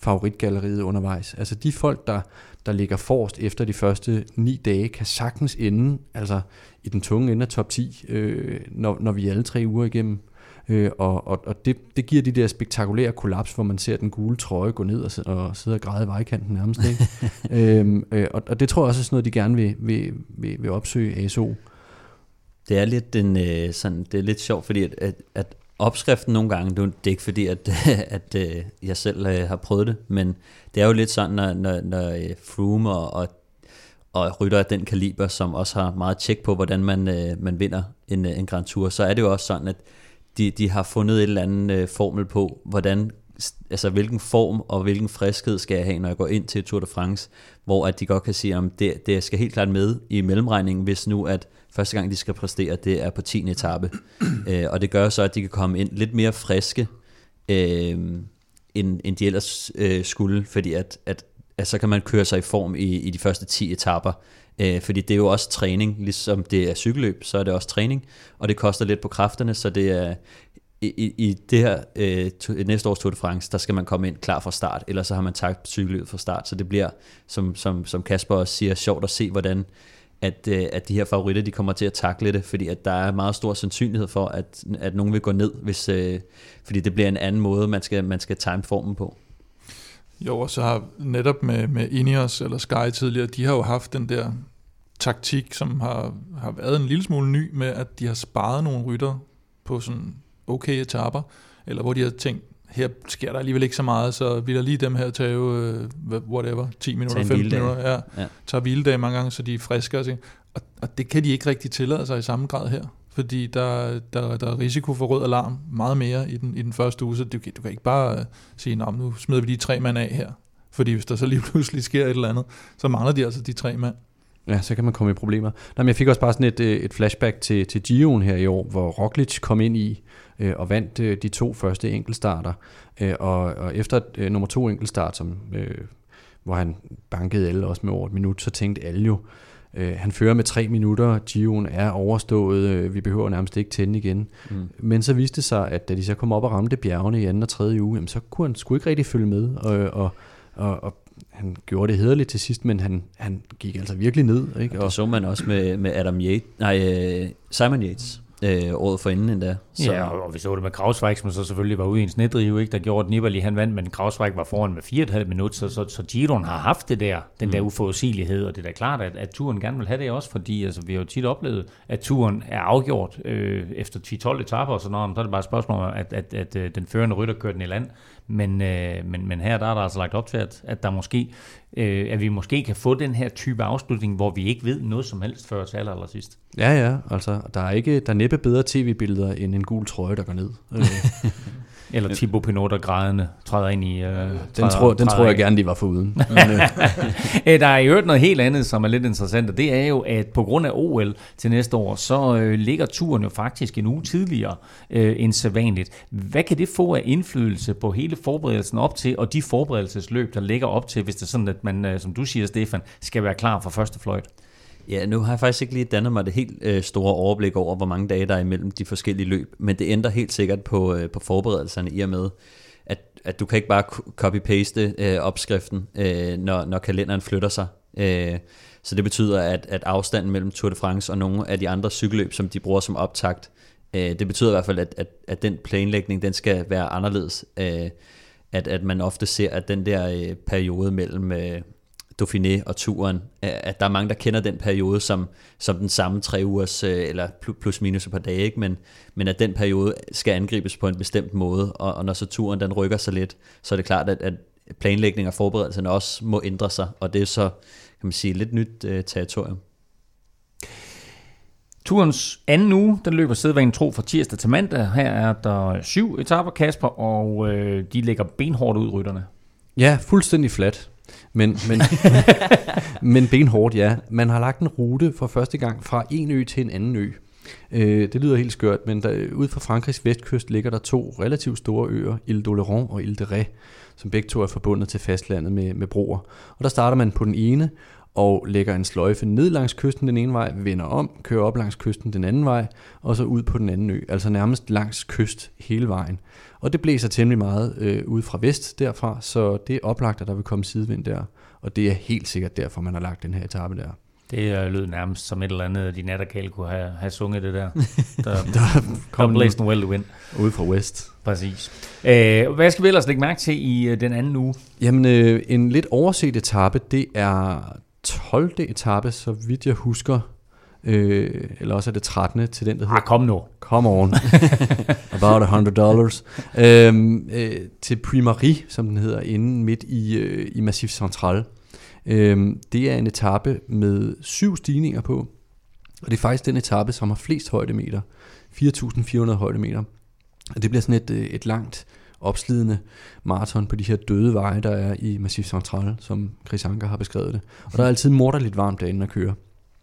favoritgalleriet undervejs. Altså de folk, der, der ligger forrest efter de første ni dage, kan sagtens ende altså, i den tunge ende af top ti, øh, når, når vi er alle tre uger igennem. Øh, og og, og det, det giver de der spektakulære kollaps, hvor man ser den gule trøje gå ned og, sidde, og sidde og græde i vejkanten nærmest. Ikke? øhm, øh, og, og det tror jeg også er sådan noget, de gerne vil, vil, vil, vil opsøge A S O. Det er lidt, en, øh, sådan, det er lidt sjovt, fordi at, at, at opskriften nogle gange, det er ikke fordi, at, at, at jeg selv øh, har prøvet det, men det er jo lidt sådan, når, når, når Froome og, og, og rytter af den kaliber, som også har meget tjek på, hvordan man, øh, man vinder en, en Grand Tour, så er det jo også sådan, at de, de har fundet et eller andet øh, formel på, hvordan, altså hvilken form og hvilken friskhed skal jeg have, når jeg går ind til Tour de France, hvor at de godt kan sige, at det, det skal helt klart med i mellemregningen, hvis nu at første gang de skal præstere, det er på tiende etape. øh, og det gør så, at de kan komme ind lidt mere friske, øh, end, end de ellers øh, skulle, fordi at, at, at så kan man køre sig i form i, i de første ti etaper, øh, fordi det er jo også træning, ligesom det er cykelløb, så er det også træning, og det koster lidt på kræfterne, så det er i, i, i det her øh, næste års Tour de France, der skal man komme ind klar fra start, ellers så har man taget cykelløbet fra start, så det bliver, som, som, som Kasper også siger, sjovt at se, hvordan At, at de her favoritter, de kommer til at takle det, fordi at der er meget stor sandsynlighed for, at, at nogen vil gå ned, hvis, øh, fordi det bliver en anden måde, man skal, man skal time formen på. Jo, og så har netop med, med Ineos eller Sky tidligere, de har jo haft den der taktik, som har, har været en lille smule ny, med at de har sparet nogle rytter på sådan okay etaper, eller hvor de har tænkt, her sker der alligevel ikke så meget, så vil der lige dem her tage jo, whatever, ti minutter, femten minutter, ja, ja. tager hviledag mange gange, så de er friske, og, og, og det kan de ikke rigtig tillade sig i samme grad her, fordi der, der, der er risiko for rød alarm meget mere i den, i den første uge, så du, du kan ikke bare sige, nå, nu smider vi de tre mand af her, fordi hvis der så lige pludselig sker et eller andet, så mangler de altså de tre mand. Ja, så kan man komme i problemer. Nej, men jeg fik også bare sådan et, et flashback til, til Giroen her i år, hvor Roglic kom ind i øh, og vandt øh, de to første enkeltstarter. Øh, og, og efter øh, nummer to enkeltstart, som, øh, hvor han bankede alle også med over et minut, så tænkte alle jo, øh, han fører med tre minutter, Giroen er overstået, øh, vi behøver nærmest ikke tænde igen. Mm. Men så viste det sig, at da de så kom op og ramte bjergene i anden og tredje uge, jamen, så kunne han sgu ikke rigtig følge med, og, og, og, og han gjorde det hæderligt til sidst, men han, han gik altså virkelig ned. Ikke? Og det så man også med, med Adam Yates, nej, Simon Yates, øh, året for inden endda. Så. Ja, og vi så det med Krausweig, som så selvfølgelig var ude i en snedrive, ikke? Der gjorde Nibali, han vandt, men Krausweig var foran med fire komma fem minutter, så, så, så Giroen har haft det der, den mm. der uforudsigelighed, og det er da klart, at, at turen gerne vil have det også, fordi altså, vi har jo tit oplevet, at turen er afgjort øh, efter ti tolv etaper og sådan noget, så er det bare et spørgsmål om, at, at, at, at den førende rytter kører den i land, men, øh, men, men her der er der altså lagt op til, at, at der måske øh, at vi måske kan få den her type afslutning, hvor vi ikke ved noget som helst før til aller, aller sidst. Ja, ja, altså der er ikke der er næppe bedre tv-billeder end en gul trøje, der går ned. Eller Thibaut Pinot, der grædende træder ind i... Øh, den træder, tror, den tror jeg gerne, de var foruden. Der er i øvrigt noget helt andet, som er lidt interessant, og det er jo, at på grund af O L til næste år, så øh, ligger turen jo faktisk en uge tidligere øh, end sædvanligt. Hvad kan det få af indflydelse på hele forberedelsen op til, og de forberedelsesløb, der ligger op til, hvis det er sådan, at man, øh, som du siger, Stefan, skal være klar for første fløjt? Ja, nu har jeg faktisk ikke lige dannet mig det helt øh, store overblik over, hvor mange dage der er imellem de forskellige løb, men det ændrer helt sikkert på, øh, på forberedelserne i og med, at, at du kan ikke bare copy-paste øh, opskriften, øh, når, når kalenderen flytter sig. Øh, så det betyder, at, at afstanden mellem Tour de France og nogle af de andre cykelløb, som de bruger som optakt, øh, det betyder i hvert fald, at, at, at den planlægning, den skal være anderledes. Øh, at, at man ofte ser, at den der øh, periode mellem... Øh, Dauphiné og turen, at der er mange, der kender den periode som, som den samme tre ugers, eller plus minus et par dage, ikke? Men, men at den periode skal angribes på en bestemt måde, og, og når så turen den rykker sig lidt, så er det klart, at, at planlægning og forberedelserne også må ændre sig, og det er så, kan man sige, lidt nyt uh, territorium. Turens anden uge, den løber sædvanen tro fra tirsdag til mandag. Her er der syv etaper, Kasper, og øh, de lægger benhårdt ud, rytterne. Ja, fuldstændig flat. Men, men, men benhårdt, ja. Man har lagt en rute for første gang fra en ø til en anden ø. Øh, det lyder helt skørt, men der, ud fra Frankrigs vestkyst ligger der to relativt store øer, Ile d'Oléron og Ile de Ré, som begge to er forbundet til fastlandet med, med broer. Og der starter man på den ene, og lægger en sløjfe ned langs kysten den ene vej, vender om, kører op langs kysten den anden vej, og så ud på den anden ø, altså nærmest langs kyst hele vejen. Og det blæser temmelig meget øh, ud fra vest derfra, så det er oplagt, at der vil komme sidevind der, og det er helt sikkert derfor, man har lagt den her etape der. Det lød nærmest som et eller andet, de natterkale kunne have, have sunget det der. Der, der kom blæst en well wind. Ude fra west. Præcis. Æh, hvad skal vi ellers lægge mærke til i den anden uge? Jamen, øh, en lidt overset etape, det er tolvte etape, så vidt jeg husker. Øh, eller også er det trettende til den, der hedder... Ah, kom nu. Come on. About a hundred dollars. Øhm, øh, til Puy-Marie, som den hedder, inde midt i, øh, i Massif Central. Øhm, det er en etape med syv stigninger på, og det er faktisk den etape, som har flest højdemeter. fire tusind fire hundrede højdemeter. Og det bliver sådan et, et langt opslidende maraton på de her døde veje, der er i Massif Central, som Chris Anker har beskrevet det. Og der er altid morderligt varmt derinde at køre.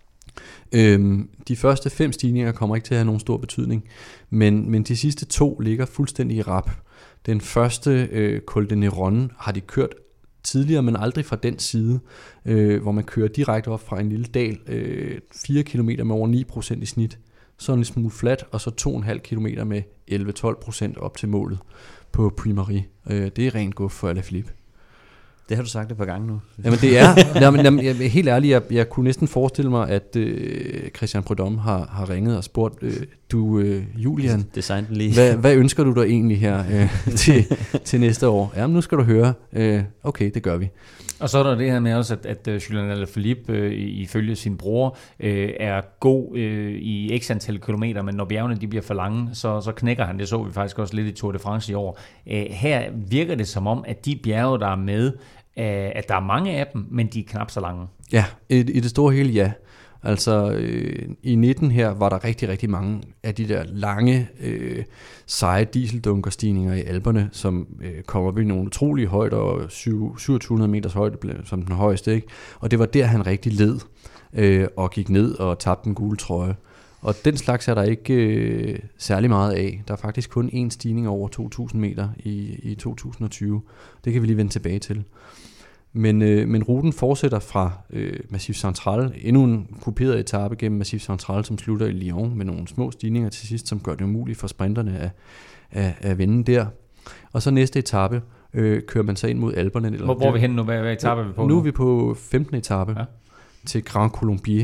Øhm, de første fem stigninger kommer ikke til at have nogen stor betydning, men, men de sidste to ligger fuldstændig i rap. Den første, øh, Col de Néron, har de kørt tidligere, men aldrig fra den side, øh, hvor man kører direkte op fra en lille dal, øh, fire kilometer med over ni procent i snit, så en smule flat, og så to komma fem kilometer med elleve til tolv procent op til målet på Puy-Marie. Øh, det er rent guf for Alaphilippe. Det har du sagt et par gange nu. Jamen det er, jamen, jamen, jeg er helt ærlig, jeg, jeg kunne næsten forestille mig, at øh, Christian Prudhomme har, har ringet og spurgt, øh, du øh, Julian, hvad, hvad ønsker du dig egentlig her øh, til, til næste år? Jamen nu skal du høre, øh, okay, det gør vi. Og så er der det her med også, at, at Julian Alaphilippe øh, ifølge sin bror øh, er god øh, i x antal kilometer, men når bjergene de bliver for lange, så, så knækker han. Det så vi faktisk også lidt i Tour de France i år. Øh, her virker det som om, at de bjerge, der er med, øh, at der er mange af dem, men de er knap så lange. Ja, i, i det store hele ja. Altså øh, i nitten her var der rigtig, rigtig mange af de der lange, øh, seje dieseldunkerstigninger i Alperne, som øh, kommer ved nogle utrolige højder, og syv tusind syv hundrede meters højde som den højeste, ikke? Og det var der, han rigtig led øh, og gik ned og tabte den gule trøje. Og den slags er der ikke øh, særlig meget af. Der er faktisk kun én stigning over to tusind meter i, i to tusind og tyve. Det kan vi lige vende tilbage til. Men, øh, men ruten fortsætter fra øh, Massif Central, endnu en kuperet etape gennem Massif Central, som slutter i Lyon med nogle små stigninger til sidst, som gør det umuligt for sprinterne at, at, at vende der. Og så næste etape øh, kører man så ind mod Alperne. Hvor, hvor er vi henne nu? Hvad, hvad etape er vi på nu? Nu er vi på femtende etape, ja, til Grand Colombier,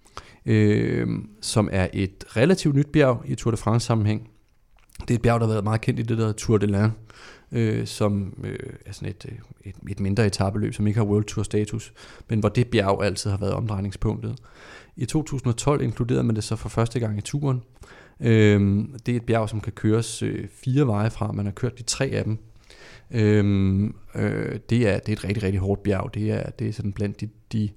øh, som er et relativt nyt bjerg i Tour de France sammenhæng. Det er et bjerg, der har været meget kendt i det der Tour de l'Ain, Øh, som øh, er sådan et, et, et mindre etapeløb, som ikke har World Tour status, men hvor det bjerg altid har været omdrejningspunktet. I to tusind og tolv inkluderede man det så for første gang i turen. Øh, det er et bjerg, som kan køres øh, fire veje fra. Man har kørt de tre af dem. Øh, øh, det, er, det er et rigtig, rigtig hårdt bjerg. Det er, det er sådan blandt de, de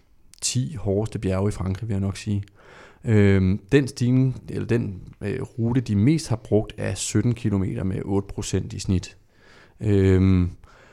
ti hårdeste bjerge i Frankrig, vil jeg nok sige. Øh, den stigning, eller den øh, rute, de mest har brugt, er sytten kilometer med otte procent i snit. Øhm,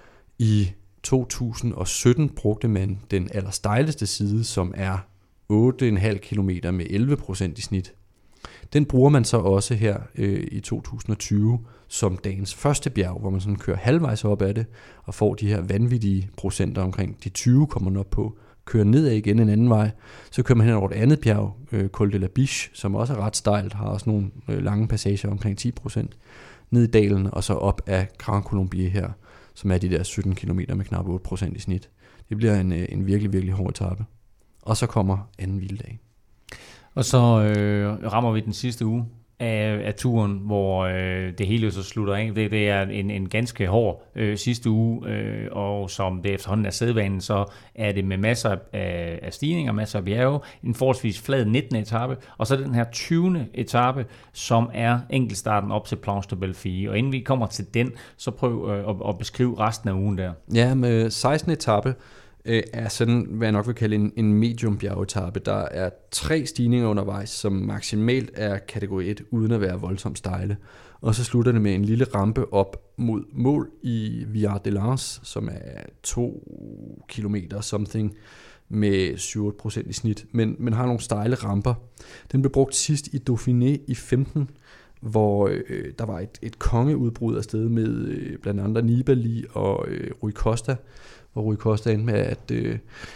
I to tusind og sytten brugte man den allerstejleste side, som er otte komma fem kilometer med elleve procent i snit. Den bruger man så også her øh, i to tusind og tyve som dagens første bjerg, hvor man sådan kører halvvejs op ad det, og får de her vanvittige procenter omkring de tyve kommer man op på, kører nedad igen en anden vej, så kører man hen over et andet bjerg, øh, Col de la Biche, som også er ret stejlt, har også nogle øh, lange passager omkring ti procent, ned i dalen, og så op af Grand Colombier her, som er de der sytten kilometer med knap otte procent i snit. Det bliver en, en virkelig, virkelig hård etape. Og så kommer anden hviledag. Og så øh, rammer vi den sidste uge af, af turen, hvor øh, det hele så slutter af. Det, det er en, en ganske hård øh, sidste uge, øh, og som det efterhånden er sædvanen, så er det med masser af, af stigninger, masser af bjerge, en forholdsvis flad nittende etape, og så den her tyvende etape, som er enkeltstarten op til Planche de Belfi. Og inden vi kommer til den, så prøv øh, at, at beskrive resten af ugen der. Ja, med sekstende etape øh, er sådan, hvad jeg nok vil kalde en, en medium bjergetape. Der er tre stigninger undervejs, som maksimalt er kategori et, uden at være voldsomt stejle. Og så slutter det med en lille rampe op mod mål i Villard de Lans, som er to kilometer something med syv til otte procent i snit, men, men har nogle stejle ramper. Den blev brugt sidst i Dauphiné i femten, hvor øh, der var et, et kongeudbrud afsted med øh, blandt andet Nibali og øh, Rui Costa, hvor Rui Costa endte med at, øh,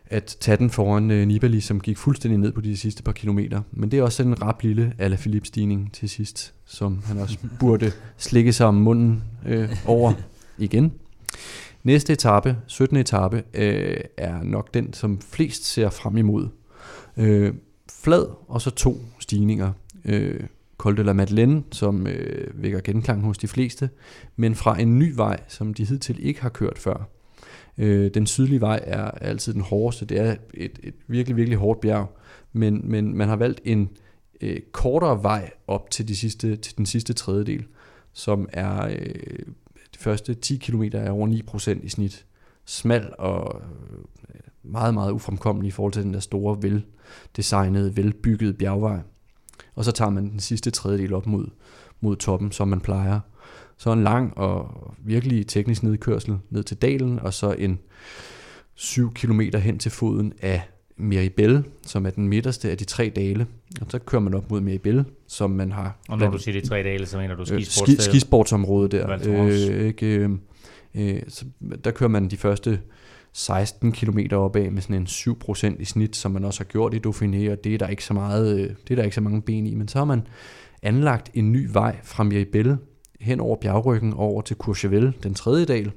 at tage den foran øh, Nibali, som gik fuldstændig ned på de sidste par kilometer. Men det er også sådan en rap lille Alaphilippe stigning til sidst, som han også burde slikke sig om munden øh, over igen. Næste etape, syttende etape, øh, er nok den, som flest ser frem imod. Øh, flad, og så to stigninger. Øh, Col de la Madeleine, som øh, vækker genklang hos de fleste, men fra en ny vej, som de hidtil ikke har kørt før. Øh, den sydlige vej er altid den hårdeste. Det er et, et virkelig, virkelig hårdt bjerg, men, men man har valgt en øh, kortere vej op til, de sidste, til den sidste tredjedel, som er øh, de første ti kilometer er over ni procent i snit. Smal og meget, meget ufremkommelig i forhold til den der store, veldesignede, velbyggede bjergvej. Og så tager man den sidste tredjedel op mod, mod toppen, som man plejer. Så en lang og virkelig teknisk nedkørsel ned til dalen, og så en syv kilometer hen til foden af Miribel, som er den midterste af de tre dale. Og så kører man op mod Miribel, som man har... Og når du siger de tre dale, så mener du skisportsstedet? Øh, ski, skisportsområdet der. Øh, ikke, øh, øh, så der kører man de første seksten kilometer opad med sådan en syv procent i snit, som man også har gjort i Dauphiné, og det er der ikke så meget, det er der ikke så mange ben i, men så har man anlagt en ny vej fra Miribel hen over bjergryggen over til Courchevel, den tredje dal,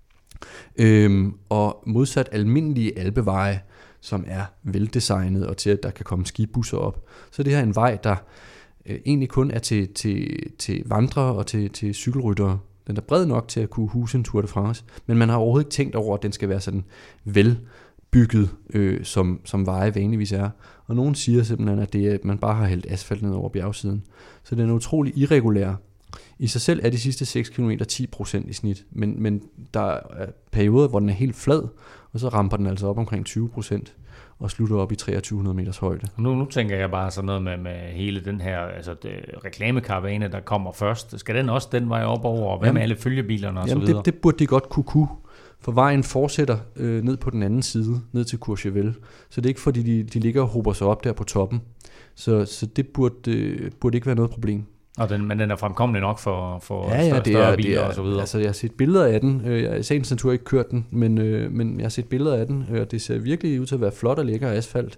øhm, og modsat almindelige alpeveje, som er veldesignet og til at der kan komme skibusser op. Så det her er en vej, der øh, egentlig kun er til, til, til vandrere og til, til cykelryttere. Den er bred nok til at kunne huse en Tour de France, men man har overhovedet ikke tænkt over, at den skal være sådan velbygget, øh, som, som veje vanligvis er. Og nogen siger simpelthen, at det er, at man bare har hældt asfalt ned over bjergsiden. Så den er utrolig irregulær. I sig selv er de sidste seks kilometer ti procent i snit, men, men der er perioder, hvor den er helt flad, og så ramper den altså op omkring tyve procent og slutter op i treogtyve hundrede meters højde. Nu, nu tænker jeg bare sådan noget med, med hele den her altså reklamekaravane, der kommer først. Skal den også den vej op over, og hvad jamen, med alle følgebilerne og jamen, så videre? Det, det burde de godt kunne kunne, for vejen fortsætter øh, ned på den anden side, ned til Courchevel. Så det er ikke fordi, de, de ligger og hober sig op der på toppen. Så, så det burde, øh, burde ikke være noget problem. Og den, men den er fremkommelig nok for, for ja, ja, større, det er, større biler det er, og så videre. Altså, jeg har set billeder af den. Jeg har i sagens natur ikke kørt den, men, øh, men jeg har set billeder af den, og det ser virkelig ud til at være flot og lækker asfalt.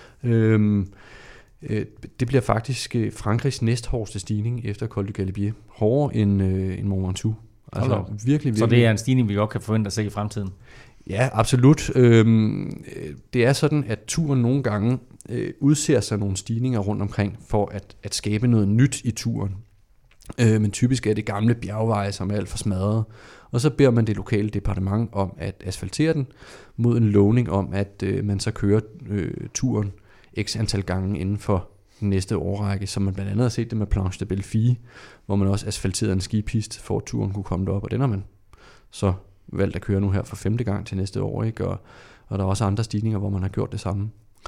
Øhm, øh, det bliver faktisk Frankrigs næsthårdeste stigning efter Col du Galibier. Hårdere end, øh, end Mont Ventoux. Altså, virkelig, virkelig. Så det er en stigning, vi godt kan forvente at se i fremtiden? Ja, absolut. Øhm, det er sådan, at turen nogle gange øh, udser sig nogle stigninger rundt omkring for at, at skabe noget nyt i turen. Øh, men typisk er det gamle bjergveje, som er alt for smadret. Og så beder man det lokale departement om at asfaltere den mod en lovning om, at øh, man så kører øh, turen x antal gange inden for den næste årrække, som man blandt andet har set det med Planche de Belleville, hvor man også asfalterede en skipiste, for at turen kunne komme derop, og den har man så valgt at køre nu her for femte gang til næste år, ikke? Og, og der er også andre stigninger, hvor man har gjort det samme.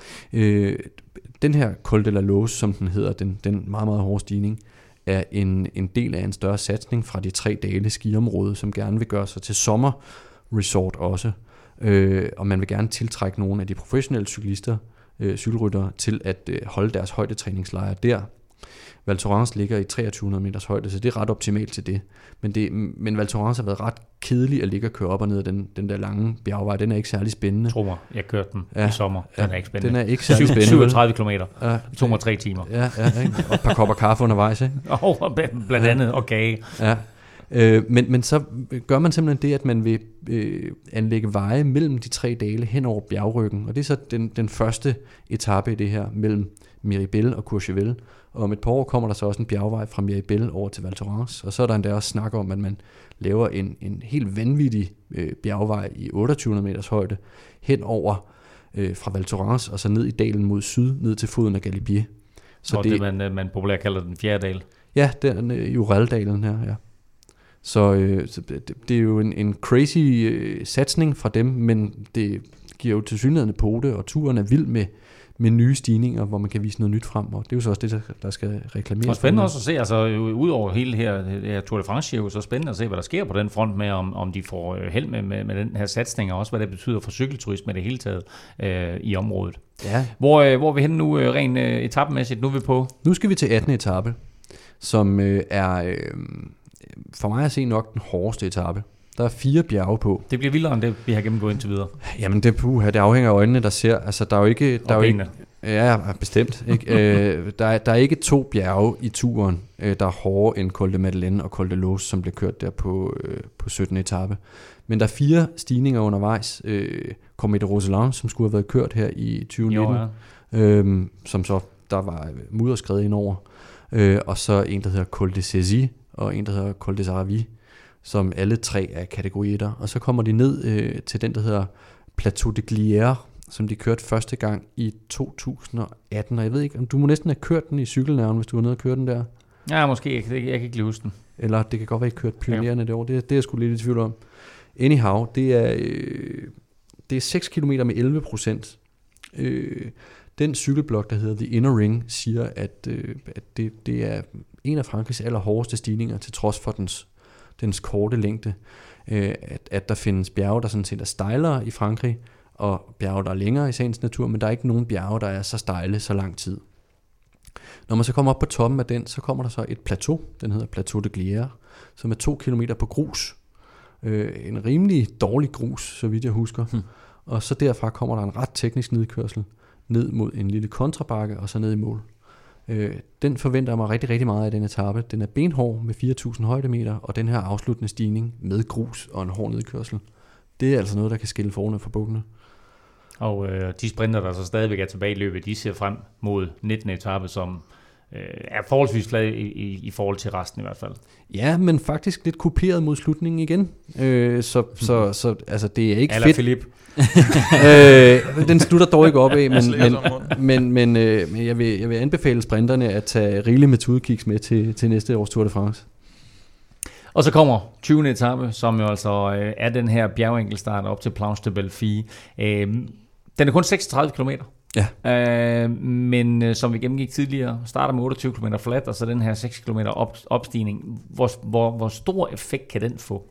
Øh, den her Col de la Loze, som den hedder, den, den meget, meget hårde stigning, er en, en del af en større satsning fra de tre dale skiområde, som gerne vil gøre sig til sommerresort også. Øh, og man vil gerne tiltrække nogle af de professionelle cyklister, øh, cykelryttere, til at øh, holde deres højdetræningslejre der. Val Thorens ligger i treogtyve hundrede meters højde, så det er ret optimalt til det. Men, det, men Val Thorens har været ret kedelig at ligge og køre op og ned af den, den der lange bjergvej. Den er ikke særlig spændende. Tro mig, jeg kørte den ja, i sommer. Den ja, er ikke spændende. Den er ikke særlig spændende. syvogtredive kilometer. Ja, det tog mig tre timer. Ja, ja, ikke? Og et par kopper kaffe undervejs. Ikke? Og blandt andet, og kage. Ja. Øh, men, men så gør man simpelthen det, at man vil øh, anlægge veje mellem de tre dale hen over bjergryggen. Og det er så den, den første etape i det her, mellem Miribel og Courchevel. Og om et par år kommer der så også en bjergvej fra Miribel over til Val Thorens. Og så er der endda også snak om, at man laver en, en helt vanvittig øh, bjergvej i otteogtyve hundrede meters højde hen over øh, fra Val Thorens og så ned i dalen mod syd, ned til foden af Galibier. Så og det, det man, man populært kalder den fjerde dal. Ja, den øh, Jurel-dalen her, ja. Så, øh, så det, det er jo en, en crazy øh, satsning fra dem, men det giver jo tilsyneladende på det, og turen er vild med, med nye stigninger, hvor man kan vise noget nyt frem, og det er jo så også det, der, der skal reklameres. Og spændende også at se, altså ud over hele her, det her Tour de France, jo så spændende at se, hvad der sker på den front med, om, om de får held med, med, med den her satsning, og også hvad det betyder for cykelturisme det hele taget øh, i området. Ja. Hvor, øh, hvor er vi henne nu, øh, rent øh, etapemæssigt? Nu er vi på? Nu skal vi til attende etape, som øh, er... Øh, for mig at se nok den hårdeste etape. Der er fire bjerge på. Det bliver vildere end det, vi har gennemgået indtil videre. Jamen det, puha, det afhænger af øjnene, der ser. Altså der er jo ikke... Der er jo ikke ja, bestemt. Ikke? øh, der, er, der er ikke to bjerge i turen, øh, der er hårdere end Col de Madeleine og Col de Los, som blev kørt der på, øh, på syttende etape. Men der er fire stigninger undervejs. Øh, Commet de Roseland, som skulle have været kørt her i tyve nitten, jo, ja. øh, som så der var mudderskred indover. Øh, og så en, der hedder Col de Cézy, og en, der hedder Col de Saravi, som alle tre er kategori etter. Og så kommer de ned øh, til den, der hedder Plateau de Glières, som de kørte første gang i to tusind atten. Og jeg ved ikke, om du må næsten have kørt den i cykelnerven, hvis du var nede og køre den der. Ja, måske. Jeg, jeg, jeg kan ikke lige huske den. Eller det kan godt være, at I kørt pionerende ja. det år. Det, det er jeg sgu lidt i tvivl om. Anyhow, det er, øh, det er seks kilometer med elleve procent. Øh, den cykelblog, der hedder The Inner Ring, siger, at, øh, at det, det er en af Frankrigs allerhårdeste stigninger, til trods for dens, dens korte længde. Øh, at, at der findes bjerge, der sådan set er stejlere i Frankrig, og bjerge, der er længere i sagens natur, men der er ikke nogen bjerge, der er så stejle så lang tid. Når man så kommer op på toppen af den, så kommer der så et plateau, den hedder Plateau de Glières, som er to kilometer på grus. Øh, en rimelig dårlig grus, så vidt jeg husker. Hmm. Og så derfra kommer der en ret teknisk nedkørsel ned mod en lille kontrabakke, og så ned i mål. Øh, den forventer jeg mig rigtig, rigtig meget af den etape. Den er benhård med fire tusind højdemeter, og den her afsluttende stigning med grus og en hård nedkørsel. Det er altså noget, der kan skille forne fra bukkene. Og øh, de sprinter, der så stadigvæk er tilbage i løbet, de ser frem mod nittende etape, som øh, er forholdsvis flad i, i, i forhold til resten i hvert fald. Ja, men faktisk lidt kuperet mod slutningen igen. Øh, så, så, så altså, det er ikke Eller fedt. Philip. øh, den slutter dog ikke op af, men, men, men, men, øh, men jeg, vil, jeg vil anbefale sprinterne at tage rigeligt metodekiks med til, til næste års Tour de France. Og så kommer tyvende etape, som jo altså øh, er den her bjergenkelstart op til Planche de Belleville. Øh, den er kun seksogtredive kilometer. Ja. Øh, men øh, som vi gennemgik tidligere, starter med otteogtyve kilometer flat, og så den her seks kilometer op, opstigning. Hvor, hvor, hvor stor effekt kan den få?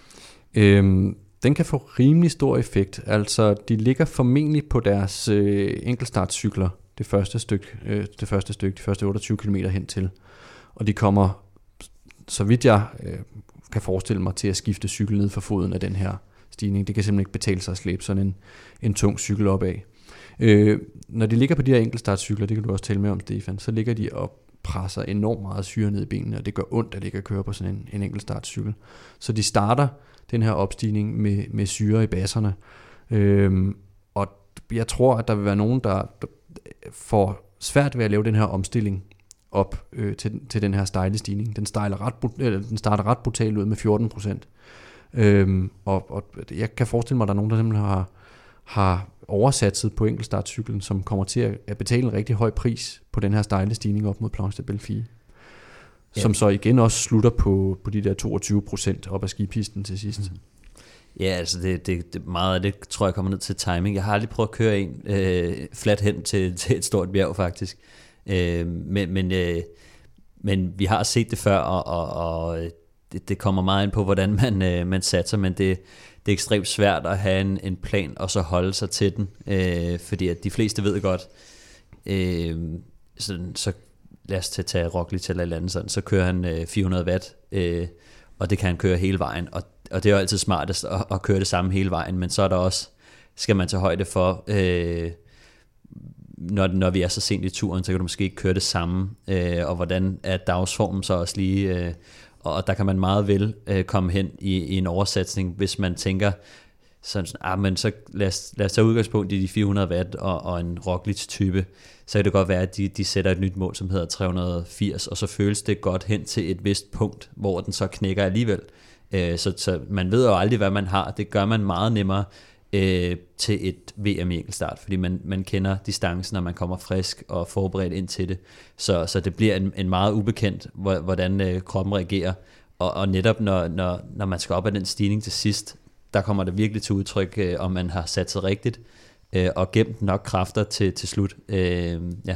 Øhm, den kan få rimelig stor effekt. Altså, de ligger formentlig på deres øh, enkeltstartcykler det første stykke, øh, det første stykke, de første otteogtyve kilometer hen til. Og de kommer, så vidt jeg øh, kan forestille mig, til at skifte cykel ned for foden af den her stigning. Det kan simpelthen ikke betale sig at slæbe sådan en, en tung cykel opad. Øh, når de ligger på de her enkeltstartcykler, det kan du også tale med om, Stefan, så ligger de og presser enormt meget syre ned i benene, og det gør ondt, at ligge og køre på sådan en, en enkeltstartcykel. Så de starter den her opstigning med, med syre i basserne. Øh, og jeg tror, at der vil være nogen, der, der får svært ved at lave den her omstilling op øh, til, til den her stejle stigning. Den, ret, eller, den starter ret brutalt ud med fjorten procent. Øh, og, og jeg kan forestille mig, at der er nogen, der simpelthen har, har oversatset på enkeltstartcyklen, som kommer til at betale en rigtig høj pris på den her stejle stigning op mod Planche de Belleville, ja. Som så igen også slutter på, på de der toogtyve procent op ad skipisten til sidst. Mm. Ja, altså det, det, det, meget af det tror jeg kommer ned til timing. Jeg har aldrig prøvet at køre en øh, flat hen til, til et stort bjerg faktisk, øh, men, men, øh, men vi har set det før, og, og, og det, det kommer meget ind på, hvordan man, øh, man satser, men det Det er ekstremt svært at have en, en plan og så holde sig til den, øh, fordi at de fleste ved godt, øh, sådan, så lad os tage Roglic eller et eller andet sådan, så kører han øh, fire hundrede watt, øh, og det kan han køre hele vejen, og, og det er jo altid smartest at, at køre det samme hele vejen, men så er der også, skal man tage højde for, øh, når, når vi er så sent i turen, så kan du måske ikke køre det samme, øh, og hvordan er dagsformen så også lige... Øh, og der kan man meget vel øh, komme hen i, i en oversætning, hvis man tænker, sådan, ah, men så lad os, lad os tage udgangspunkt i de fire hundrede watt og, og en Roglic-type, så kan det godt være, at de, de sætter et nyt mål, som hedder tre hundrede og firs, og så føles det godt hen til et vist punkt, hvor den så knækker alligevel. Øh, så, så man ved jo aldrig, hvad man har. Det gør man meget nemmere øh, til et V M i enkeltstart, fordi man, man kender distancen, når man kommer frisk og forberedt ind til det. Så, så det bliver en, en meget ubekendt, hvordan øh, kroppen reagerer. Og, og netop når, når, når man skal op af den stigning til sidst, der kommer det virkelig til udtryk, øh, om man har sat sig rigtigt øh, og gemt nok kræfter til, til slut. Øh, ja.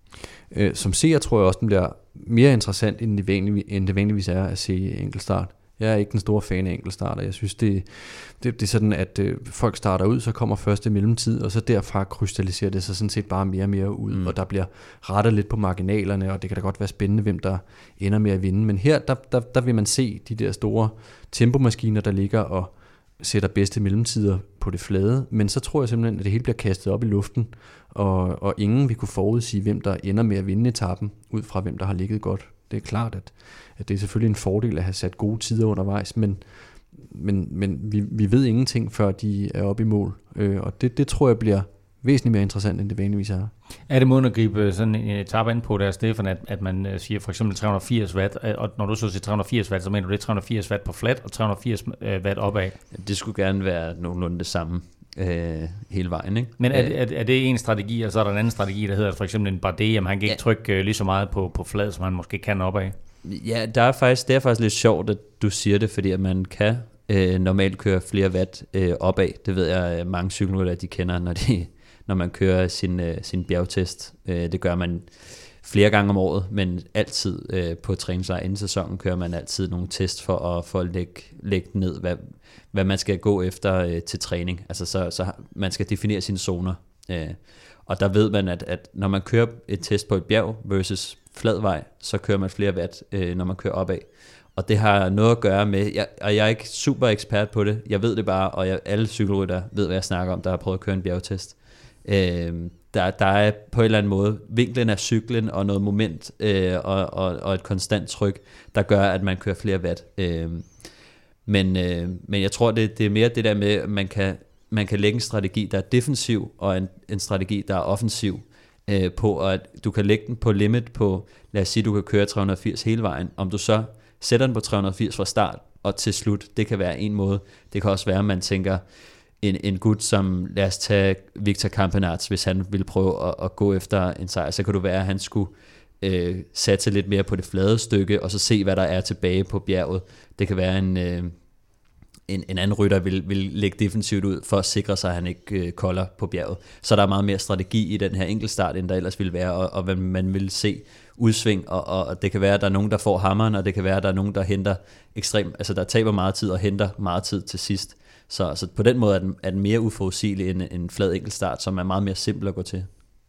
øh, som seer tror jeg også, den bliver mere interessant, end det, vanlig, end det vanligvis er at se enkeltstart. Jeg er ikke den store fan af enkeltstarter. Jeg synes, det, det, det er sådan, at øh, folk starter ud, så kommer første mellemtid, og så derfra krystalliserer det sig sådan set bare mere og mere ud, mm. og der bliver rettet lidt på marginalerne, og det kan da godt være spændende, hvem der ender med at vinde. Men her, der, der, der vil man se de der store tempomaskiner, der ligger og sætter bedste mellemtider på det flade, men så tror jeg simpelthen, at det hele bliver kastet op i luften, og, og ingen vil kunne forudsige, hvem der ender med at vinde etappen, ud fra hvem der har ligget godt. Det er klart, at, at det er selvfølgelig en fordel at have sat gode tider undervejs, men, men, men vi, vi ved ingenting, før de er oppe i mål, øh, og det, det tror jeg bliver væsentligt mere interessant, end det vanligvis er. Er det måden at gribe sådan en etape an på der, Stefan, at, at man siger for eksempel tre hundrede og firs watt, og når du så siger tre hundrede og firs watt, så mener du det tre hundrede og firs watt på flat og tre hundrede og firs watt opad? Det skulle gerne være nogenlunde det samme øh, hele vejen, ikke? Men er, er, er det en strategi, og så er der en anden strategi, der hedder for eksempel en Bardet, jamen han kan ikke ja. trykke øh, lige så meget på, på flad, som han måske kan opad? Ja, der er faktisk, det er faktisk lidt sjovt, at du siger det, fordi at man kan øh, normalt køre flere watt øh, opad. Det ved jeg, mange cykelryttere, de kender, når de når man kører sin, øh, sin bjergtest. Øh, det gør man flere gange om året, men altid øh, på træningslejr inden sæsonen kører man altid nogle test for at, for at lægge, lægge ned, hvad, hvad man skal gå efter øh, til træning. Altså så, så man skal definere sine zoner. Øh, og der ved man, at, at når man kører et test på et bjerg versus flad vej, så kører man flere watt, øh, når man kører opad. Og det har noget at gøre med, jeg, og jeg er ikke super ekspert på det, jeg ved det bare, og jeg, alle cykelryttere ved, hvad jeg snakker om, der har prøvet at køre en bjergtest. Øh, der, der er på en eller anden måde vinklen af cyklen og noget moment øh, og, og, og et konstant tryk, der gør, at man kører flere watt. Øh, men, øh, men jeg tror, det, det er mere det der med, at man kan, man kan lægge en strategi, der er defensiv, og en, en strategi, der er offensiv, øh, på at du kan lægge den på limit på, lad os sige, du kan køre tre hundrede og firs hele vejen. Om du så sætter den på tre hundrede og firs fra start og til slut, det kan være en måde. Det kan også være, at man tænker, En, en gut som, lad os tage Victor Campenaerts, hvis han ville prøve at, at gå efter en sejr, så kan det være, at han skulle øh, satse lidt mere på det flade stykke, og så se, hvad der er tilbage på bjerget. Det kan være, en, øh, en, en anden rytter vil, vil lægge defensivt ud, for at sikre sig, at han ikke øh, kolder på bjerget. Så der er meget mere strategi i den her enkeltstart, end der ellers ville være, og, og man vil se udsving, og, og, og det kan være, at der er nogen, der får hammeren, og det kan være, at der er nogen, der henter ekstremt, altså der taber meget tid og henter meget tid til sidst. Så, så på den måde er den, er den mere uforudsigelig end en flad enkeltstart, som er meget mere simpel at gå til.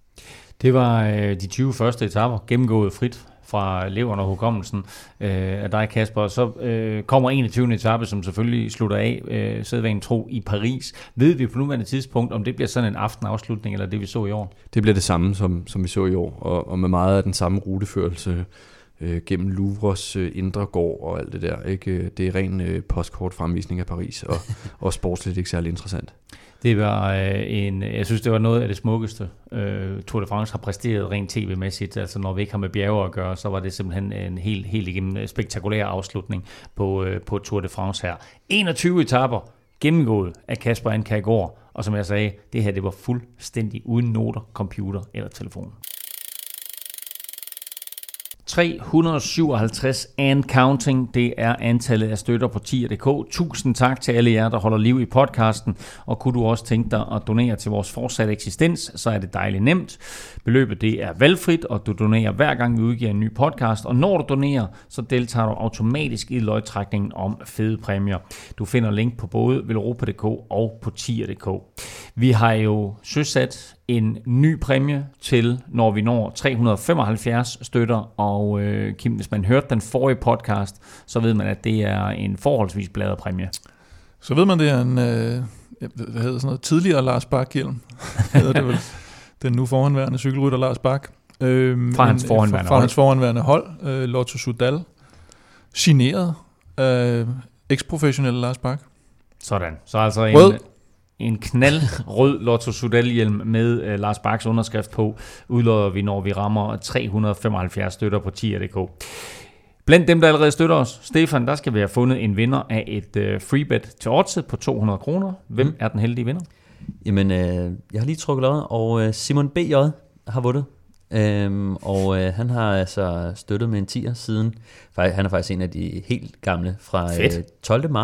Det var øh, de tyve første etaper, gennemgået frit fra leveren og hukommelsen øh, af dig, Kasper. Så øh, kommer enogtyvende etape, som selvfølgelig slutter af, øh, sædvanen tro, i Paris. Ved vi på nuværende tidspunkt, om det bliver sådan en aftenafslutning, eller det vi så i år? Det bliver det samme, som, som vi så i år, og, og med meget af den samme ruteførelse øh, gennem Louvres øh, indre gård og alt det der. Ikke? Det er ren øh, postkort-fremvisning af Paris, og, og sportsligt ikke særlig interessant. Det var øh, en, jeg synes, det var noget af det smukkeste, øh, Tour de France har præsteret rent tv-mæssigt. Altså når vi ikke har med bjerge at gøre, så var det simpelthen en helt, helt igennem spektakulær afslutning på, øh, på Tour de France her. enogtyve etaper gennemgået af Kasper Ankergaard, og som jeg sagde, det her det var fuldstændig uden noter, computer eller telefon. tre hundrede og syvoghalvtreds and counting, det er antallet af støtter på tier punktum d k. Tusind tak til alle jer, der holder liv i podcasten, og kunne du også tænke dig at donere til vores fortsatte eksistens, så er det dejligt nemt. Beløbet det er valgfrit, og du donerer hver gang vi udgiver en ny podcast, og når du donerer, så deltager du automatisk i lodtrækningen om fede præmier. Du finder link på både velropa punktum d k og på tier punktum d k. Vi har jo søsat en ny præmie til, når vi når tre hundrede og femoghalvfjerds støtter, og øh, Kim, hvis man hørte den forrige podcast, så ved man, at det er en forholdsvis bladret præmie. Så ved man, det er en, øh, hvad hedder sådan noget, tidligere Lars Bak-hjelm, hedder det vel, den nu forhåndværende cykelrytter Lars Bak. Øh, fra hans forhåndværende fra, fra hold. hans forhåndværende hold, øh, Lotto Soudal, signeret af eksprofessionelle Lars Bak. Sådan, så altså en... Rød. En knaldrød Lotto Soudal-hjelm med uh, Lars Baks underskrift på, udlodder vi, når vi rammer tre hundrede og femoghalvfjerds støtter på tier punktum d k. Blandt dem, der allerede støtter os, Stefan, der skal vi have fundet en vinder af et uh, freebet til oddset på to hundrede kroner. Hvem mm. er den heldige vinder? Jamen, øh, jeg har lige trukket lod, og øh, Simon B J har vundet. Øhm, og øh, han har altså støttet med en tier siden. Han er faktisk en af de helt gamle fra øh, tolvte marts.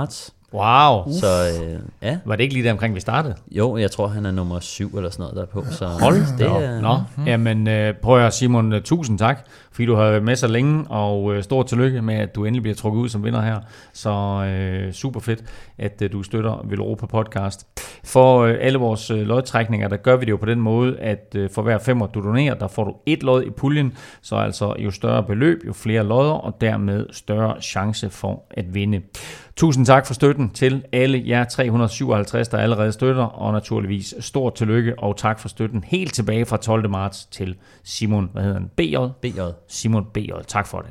Wow. Så øh, ja. Var det ikke lige der omkring, vi startede? Jo, jeg tror, han er nummer syv eller sådan noget derpå. Så Hold det er... Nå, jamen øh, prøv at høre, Simon, uh, tusind tak, fordi du har været med så længe, og uh, stort tillykke med, at du endelig bliver trukket ud som vinder her. Så uh, super fedt, at uh, du støtter Velropa Podcast. For uh, alle vores uh, lodtrækninger, der gør vi det jo på den måde, at uh, for hver femmer du donerer, der får du et lod i puljen, så altså jo større beløb, jo flere lodder, og dermed større chance for at vinde. Tusind tak for støtten til alle jer tre hundrede syvoghalvtreds, der allerede støtter, og naturligvis stort tillykke, og tak for støtten helt tilbage fra tolvte marts til Simon, hvad hedder han? B J? B J. Simon B J. Tak for det.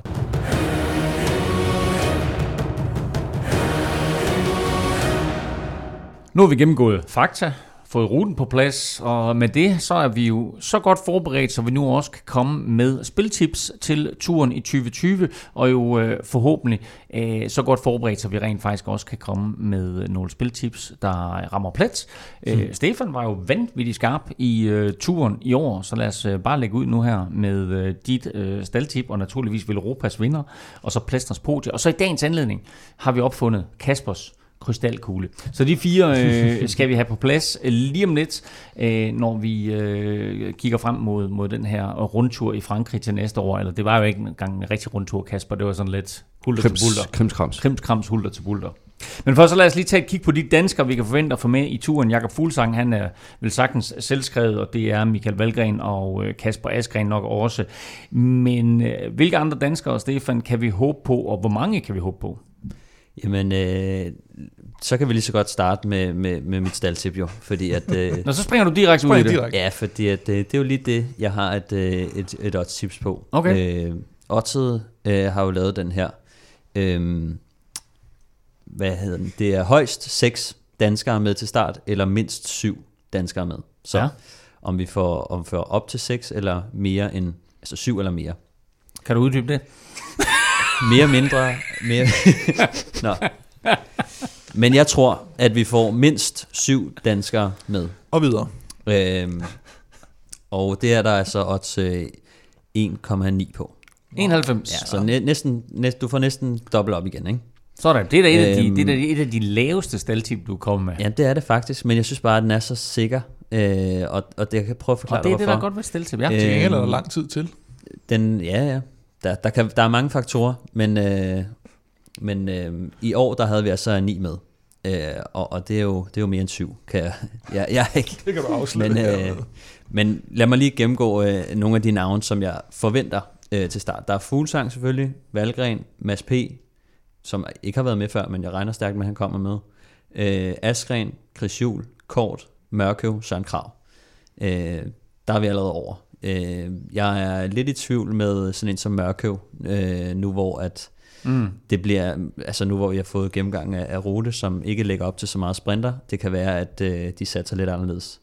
Nu har vi gennemgået fakta, fået ruten på plads, og med det så er vi jo så godt forberedt, så vi nu også kan komme med spiltips til turen i tyve tyve, og jo øh, forhåbentlig øh, så godt forberedt, så vi rent faktisk også kan komme med nogle spiltips, der rammer plet. Mm. Øh, Stefan var jo vanvittigt skarp i øh, turen i år, så lad os øh, bare lægge ud nu her med øh, dit øh, staldtip, og naturligvis Velropas vinder, og så Plæstners podie. Og så i dagens anledning har vi opfundet Kaspers krystalkugle. Så de fire øh, skal vi have på plads lige om lidt, øh, når vi øh, kigger frem mod, mod den her rundtur i Frankrig til næste år. Eller det var jo ikke engang en rigtig rundtur, Kasper. Det var sådan lidt hulter Krims, til bulter. Krimskrams. Krimskrams, hulter til bulter. Men først så lad os lige tage et kig på de danskere, vi kan forvente at få med i turen. Jakob Fuglsang, han er vel sagtens selvskrevet, og det er Michael Valgren og Kasper Asgreen nok også. Men øh, hvilke andre danskere, Stefan, kan vi håbe på, og hvor mange kan vi håbe på? Jamen, øh, så kan vi lige så godt starte med, med, med mit staldtip jo, fordi at... Øh, Nå, så springer du direkte ud i det. Direkte. Ja, fordi at, øh, det er jo lige det, jeg har et, øh, et, et odds-tips på. Okay. Øh, Oddset øh, har jo lavet den her. Øh, hvad hedder den? Det er højst seks danskere med til start, eller mindst syv danskere med. Så Ja. om vi får, om vi får op til seks, eller mere end... Altså syv eller mere. Kan du uddybe det? Mere, mindre, mere... Nå. Men jeg tror, at vi får mindst syv danskere med. Og videre. Øhm, og det er der altså odds øh, en komma ni på. enoghalvfems. Ja, så næ- næsten, næsten, du får næsten dobbelt op igen, ikke? Sådan, det er da et, af, de, Øhm. det er da et af de laveste staldtip, du kommer med. Ja, det er det faktisk, men jeg synes bare, at den er så sikker. Øh, og, og det jeg kan prøve at forklare Og det er dig, det, der er hvorfor. godt ved staldtip, ja. Øh, Til gengæld er der lang tid til. Den, ja, ja. Der, der, kan, der er mange faktorer, men, øh, men øh, i år, der havde vi altså ni med. Øh, og, og det er jo det er jo mere end syv, kan jeg, jeg, jeg er ikke. Det kan du afsløre. Men, hermed. øh, men lad mig lige gennemgå øh, nogle af de navne, som jeg forventer øh, til start. Der er Fuglsang selvfølgelig, Valgren, Mads P., som ikke har været med før, men jeg regner stærkt med, at han kommer med. Øh, Asgreen, Chris Juhl, Kort, Mørkøv, Søren Krag. Øh, der er vi allerede over. Øh, jeg er lidt i tvivl med sådan en som Mørkøv, øh, nu hvor at Mm. det bliver, altså nu hvor vi har fået gennemgang af, af rute, som ikke lægger op til så meget sprinter, det kan være, at øh, de satser lidt anderledes.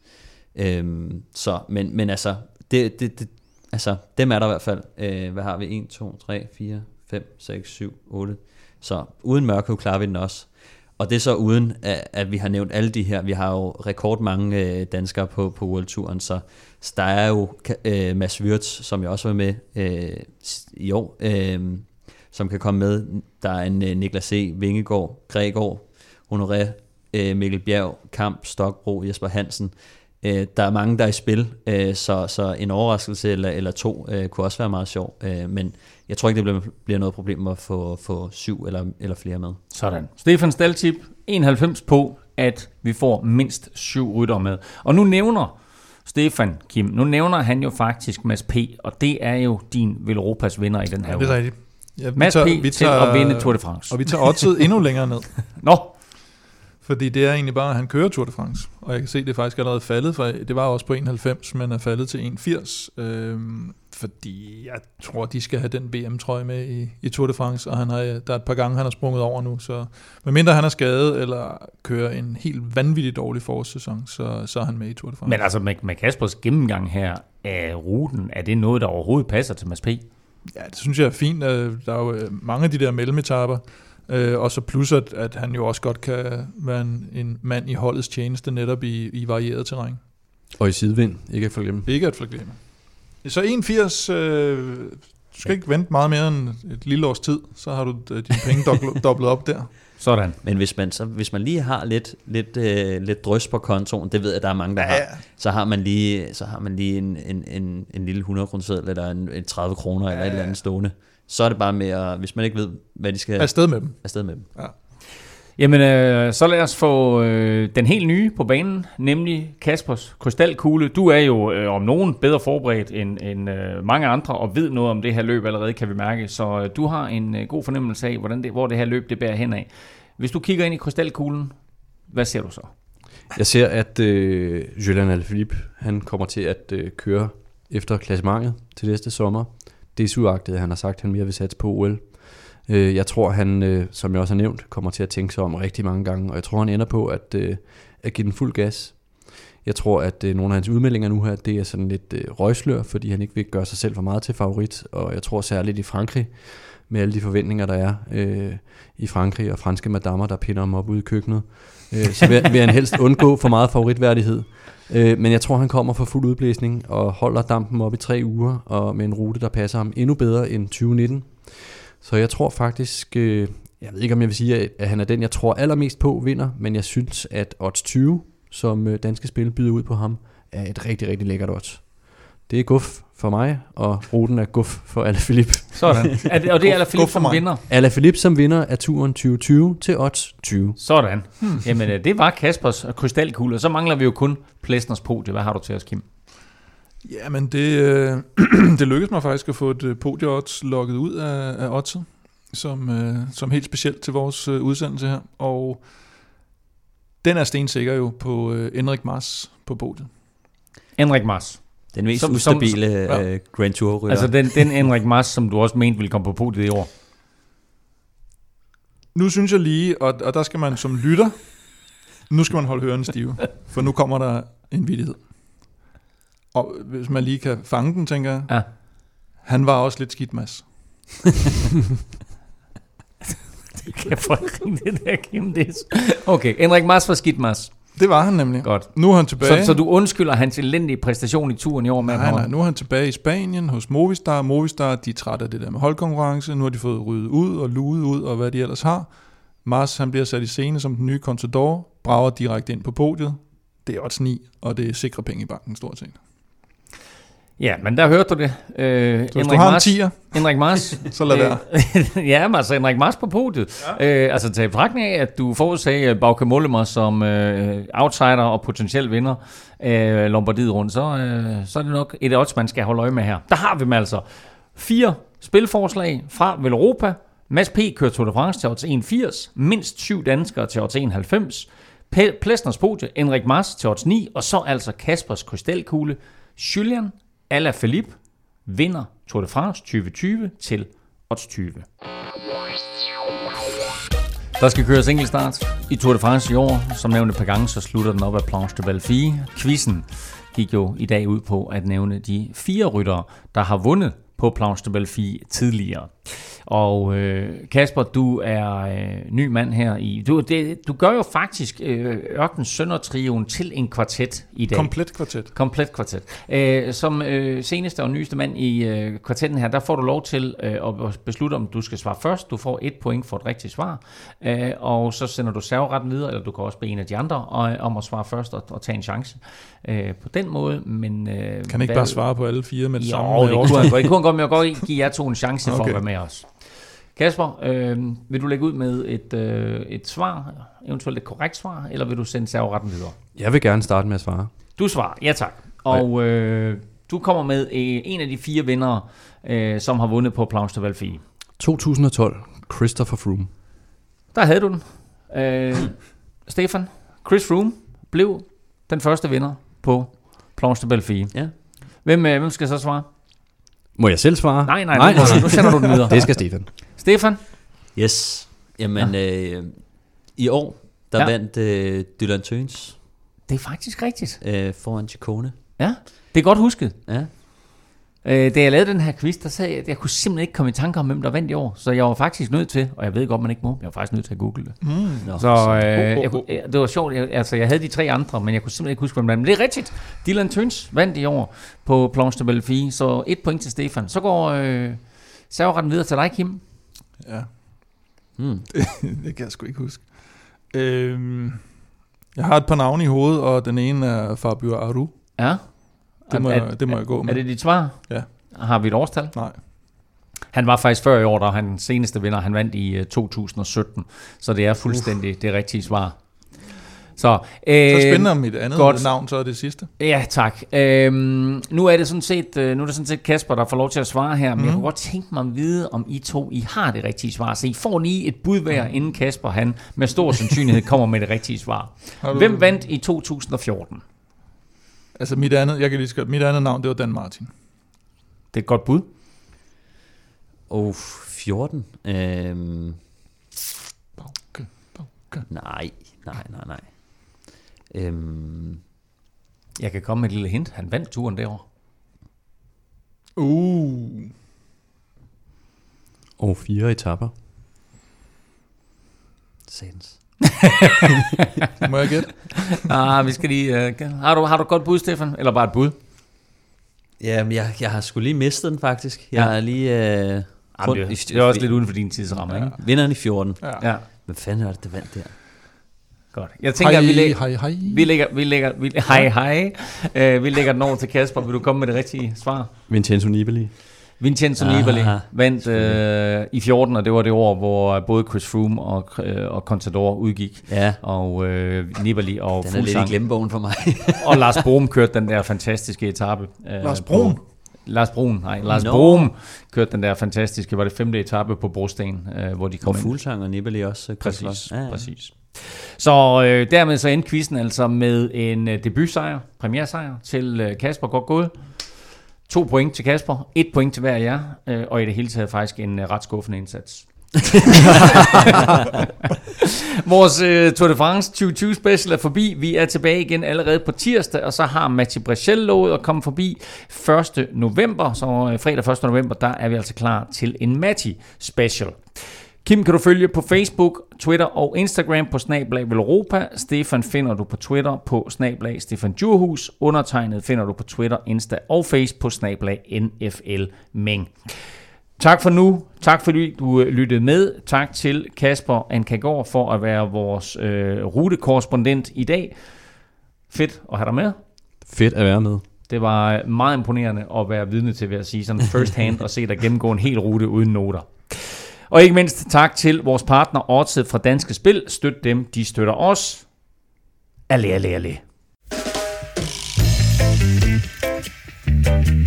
Øhm, så, men, men altså, det, det, det, altså, dem er der i hvert fald. Øh, hvad har vi? en, to, tre, fire, fem, seks, syv, otte. Så uden Mørkøv klarer vi den også. Og det er så uden, at, at vi har nævnt alle de her. Vi har jo rekordmange øh, danskere på, på World-turen, så, så der er jo øh, Mads Wirtz, som jeg også var med øh, i år, øh, som kan komme med. Der er en uh, Niklas C., Vingegaard, Gregor, Honoré, uh, Mikkel Bjerg, Kamp, Stokbro, Jesper Hansen. Uh, der er mange, der er i spil, uh, så, så en overraskelse eller, eller to uh, kunne også være meget sjov. Uh, men jeg tror ikke, det bliver, bliver noget problem at få, få syv eller, eller flere med. Sådan. Stefan staldtip, enoghalvfems på, at vi får mindst syv rytter med. Og nu nævner Stefan, Kim, nu nævner han jo faktisk Mads P., og det er jo din Velropas vinder i den her Ja, det er uge. rigtigt. Ja, vi Mads tager, P. vi til tager, at vinde Tour de France. Og vi tager oddset endnu længere ned. Nå, Fordi det er egentlig bare, at han kører Tour de France. Og jeg kan se, at det er faktisk allerede faldet. For det var også på enoghalvfems, men er faldet til en komma firs. Øhm, fordi jeg tror, de skal have den B M-trøje med i, i Tour de France. Og han har, der er et par gange, han har sprunget over nu. Så medmindre han er skadet, eller kører en helt vanvittig dårlig forårssæson, så, så er han med i Tour de France. men altså med, med Kaspers gennemgang her af ruten, er det noget, der overhovedet passer til Mads P.? Ja, det synes jeg er fint. Der er jo mange af de der mellemetapper. Øh, og så plus, at, at han jo også godt kan være en, en mand i holdets tjeneste, netop i, i varieret terræn. Og i sidevind, ikke at forglemme. Ikke at forglemme. Så en komma firs, øh, du skal ikke vente meget mere end et lille års tid, så har du dine penge dobblet, dobblet op der. Sådan. Men hvis man, så, hvis man lige har lidt, lidt, øh, lidt drøs på kontoen, det ved jeg, der er mange, der ja, har, så har man lige, så har man lige en, en, en, en lille hundrede kroner seddel, eller en, en tredive kroner, ja, eller et eller andet stående. Så er det bare med at, hvis man ikke ved, hvad de skal... Afsted med dem. Afsted med dem. Ja. Jamen, øh, så lad os få øh, den helt nye på banen, nemlig Kaspers krystalkugle. Du er jo øh, om nogen bedre forberedt end, end øh, mange andre, og ved noget om det her løb allerede, kan vi mærke. Så øh, du har en øh, god fornemmelse af, hvordan det, hvor det her løb det bærer hen af. Hvis du kigger ind i krystalkuglen, hvad ser du så? Jeg ser, at øh, Julian Alaphilippe, han kommer til at øh, køre efter klassementet til næste sommer. Det er suagtigt, han har sagt, at han mere vil satse på O L. Jeg tror, han, som jeg også har nævnt, kommer til at tænke sig om rigtig mange gange, og jeg tror, han ender på at, at give den fuld gas. Jeg tror, at nogle af hans udmeldinger nu her, det er sådan lidt røgslør, fordi han ikke vil gøre sig selv for meget til favorit, og jeg tror særligt i Frankrig, med alle de forventninger, der er øh, i Frankrig, og franske madammer, der pinder ham op ude i køkkenet, øh, så vil, vil han helst undgå for meget favoritværdighed. Øh, men jeg tror, han kommer for fuld udblæsning og holder dampen op i tre uger, og med en rute, der passer ham endnu bedre end tyve nitten. Så jeg tror faktisk, øh, jeg ved ikke om jeg vil sige, at han er den, jeg tror allermest på vinder, men jeg synes, at odds tyve, som øh, Danske Spil byder ud på ham, er et rigtig, rigtig lækkert odds. Det er guf for mig, og ruten er guf for Alaphilippe. Sådan. Er det, og det er Alaphilippe som vinder? Alaphilippe som vinder af turen tyve tyve til odds tyve. Sådan. Hmm. Jamen, det var Kaspers krystalkugle, og så mangler vi jo kun Plesners podie. Hvad har du til os, Kim? Jamen, det, øh, det lykkedes mig faktisk at få et podie-odds logget ud af, af oddset, som, øh, som helt specielt til vores øh, udsendelse her. Og den er stensikker jo på øh, Enric Mas på podiet. Enric Mas. Den mest som, ustabile som, som, øh, Grand Tour-rytter. Altså den, den Enric Mas, som du også mente ville komme på podiet i år. Nu synes jeg lige, og, og der skal man som lytter, nu skal man holde ørerne stive, for nu kommer der en vittighed. Og hvis man lige kan fange den, tænker jeg, ja. Han var også lidt skidt, Mads. Det kan folk ringe det der, Kim. Det okay, Enric Mas var skidt, Mas. Det var han nemlig. Godt. Nu er han tilbage. Så, så du undskylder hans elendige præstation i turen i år? Med nej, nej, nu er han tilbage i Spanien hos Movistar. Movistar, de er trætte af det der med holdkonkurrence. Nu har de fået ryddet ud og luet ud, og hvad de ellers har. Mas, han bliver sat i scene som den nye Contador, brager direkte ind på podiet. Det er odds ni, og det er sikre penge i banken, stort set. Ja, men der hørte du det. Øh, så hvis du har en tier, Enric Mas, så lad være. Ja, men altså Enric Mas på podiet. Ja. Øh, altså til betragtning af, at du forudsagde Bauke Mollema som øh, outsider og potentiel vinder øh, Lombardiet rundt, så, øh, så er det nok et odds, man skal holde øje med her. Der har vi dem altså. Fire spilforslag fra Velropa. Mads P. kører Tour de France til odds en komma firs. Mindst syv danskere til odds en komma halvfems. Plesners podie, Enric Mas til odds ni. Og så altså Kaspers krystalkugle. Julian Alaphilippe vinder Tour de France tyve tyve til odds tyve. Der skal køres enkeltstart i Tour de France i år. Som nævnt et par gange, så slutter den op af Planche de Belfi. Quizzen gik jo i dag ud på at nævne de fire ryttere, der har vundet på Planche de Belfi tidligere. Og øh, Kasper, du er øh, ny mand her i... Du, det, du gør jo faktisk øh, Ørkens Sønder-trioen til en kvartet i dag. Komplet kvartet. Komplet kvartet. Øh, som øh, seneste og nyeste mand i øh, kvartetten her, der får du lov til øh, at beslutte, om du skal svare først. Du får et point for et rigtigt svar. Øh, og så sender du serveretten videre, eller du kan også bede en af de andre og, om at svare først og, og tage en chance øh, på den måde. Men, øh, kan ikke hvad, bare svare på alle fire med det jo, samme? Jo, det kunne han godt. Jeg kunne godt, men jeg godt give jer to en chance for okay. at være med os. Kasper, øh, vil du lægge ud med et, øh, et svar, eventuelt et korrekt svar, eller vil du sende serveretten videre? Jeg vil gerne starte med at svare. Du svarer, ja tak. Og øh, du kommer med øh, en af de fire vindere, øh, som har vundet på Planche de Belfi. to tusind og tolv, Christopher Froome. Der havde du den. Øh, Stefan, Chris Froome blev den første vinder på Planche de Belfi. Ja. Hvem, øh, hvem skal så svare? Må jeg selv svare? Nej, nej, nej, nej. Nu sender du den videre. Det skal Stefan. Stefan? Yes. Jamen, ja. øh, i år, der ja. vandt øh, Dylan Teuns. Det er faktisk rigtigt. Øh, foran Ciccone. Ja, det er godt husket. Ja. Øh, da jeg lavede den her quiz, der sagde jeg, at jeg kunne simpelthen ikke komme i tanke om, hvem der vandt i år. Så jeg var faktisk nødt til, og jeg ved godt, man ikke må, jeg var faktisk nødt til at google det. Mm. Nå, så øh, jeg kunne, det var sjovt, jeg, altså jeg havde de tre andre, men jeg kunne simpelthen ikke huske, hvem der vandt. Men det er rigtigt. Dylan Teuns vandt i år på Planche de Belfi, så et point til Stefan. Så går øh, serveretten videre til dig, Kim. Ja. Hmm. det, det kan jeg sgu ikke huske. Øhm, jeg har et par navne i hovedet, og den ene er Fabio Aru. Ja. Det må, er, jeg, det må jeg gå med. Er det dit svar? Ja. Har vi et årstal? Nej. Han var faktisk før i år, der han den seneste vinder. Han vandt i uh, to tusind og sytten, så det er fuldstændig Uf. det rigtige svar. Så, øh, så spændende om mit andet godt. navn, så er det sidste. Ja, tak. Øhm, nu er det sådan set, nu er det sådan set Kasper, der får lov til at svare her, men mm. jeg kunne godt tænke mig at vide, om I to I har det rigtige svar. Så I får lige et bud hver, mm. inden Kasper han med stor sandsynlighed kommer med det rigtige svar. Du... Hvem vandt i to tusind og fjorten? Altså mit andet, jeg kan lige skrive, mit andet navn, det var Dan Martin. Det er et godt bud. Oh, fjorten. Øhm... Bauke, Bauke. Nej, nej, nej, nej. Øhm... Jeg kan komme med et lille hint. Han vandt turen derovre. Uh. Og fire etapper. Sands. Må jeg gætte? ah, vi skal lige... Uh, har, du, har du et godt bud, Stefan? Eller bare et bud? Jamen, jeg, jeg har sgu lige mistet den, faktisk. Jeg ja. er lige... Uh, Jamen, det, er, det er også lidt uden for din tidsramme, ja. Ikke? Vinderen i fjorten. Ja. ja. Hvad fanden er det, der vandt der? Godt. Jeg tænker, hej, at vi lægger... Hej, hej. Vi lægger... Vi lægger vi, hej, hej. Uh, vi lægger den over til Kasper. Vil du komme med det rigtige svar? Vincenzo Nibali. Vincenzo ah, Nibali vandt øh, i fjorten, og det var det år, hvor både Chris Froome og, øh, og Contador udgik. Ja. Og øh, Nibali og den er lidt i glemmebogen for mig. og Lars Broom kørte den der fantastiske etape. Øh, Lars Broom? Lars Broom, nej. Lars no. Broom kørte den der fantastiske, var det femte etape på Brosten, øh, hvor de kom og Fuglsang og Nibali også. Præcis, ja, ja. præcis. Så øh, dermed så endte quizzen altså med en øh, debutsejr, premiersejr til øh, Kasper. Godt gået. To point til Kasper, et point til hver af jer, øh, og i det hele taget faktisk en øh, ret skuffende indsats. Vores øh, Tour de France tyve tyve special er forbi. Vi er tilbage igen allerede på tirsdag, og så har Mathieu Brechel lovet at komme forbi første november. Så øh, fredag første november, der er vi altså klar til en Mathieu special. Kim kan du følge på Facebook, Twitter og Instagram på snabel-a Velropa. Stefan finder du på Twitter på snabel-a Stefan Djurhus. Undertegnet finder du på Twitter, Insta og Face på snabel-a N F L Meng. Tak for nu. Tak fordi du lyttede med. Tak til Kasper Ankagård for at være vores øh, rutekorrespondent i dag. Fedt at have dig med. Fedt at være med. Det var meget imponerende at være vidne til, vil jeg sige, sådan first hand og se dig gennemgå en hel rute uden noter. Og ikke mindst tak til vores partner Odset fra Danske Spil. Støt dem, de støtter os. Allé, allé, allé.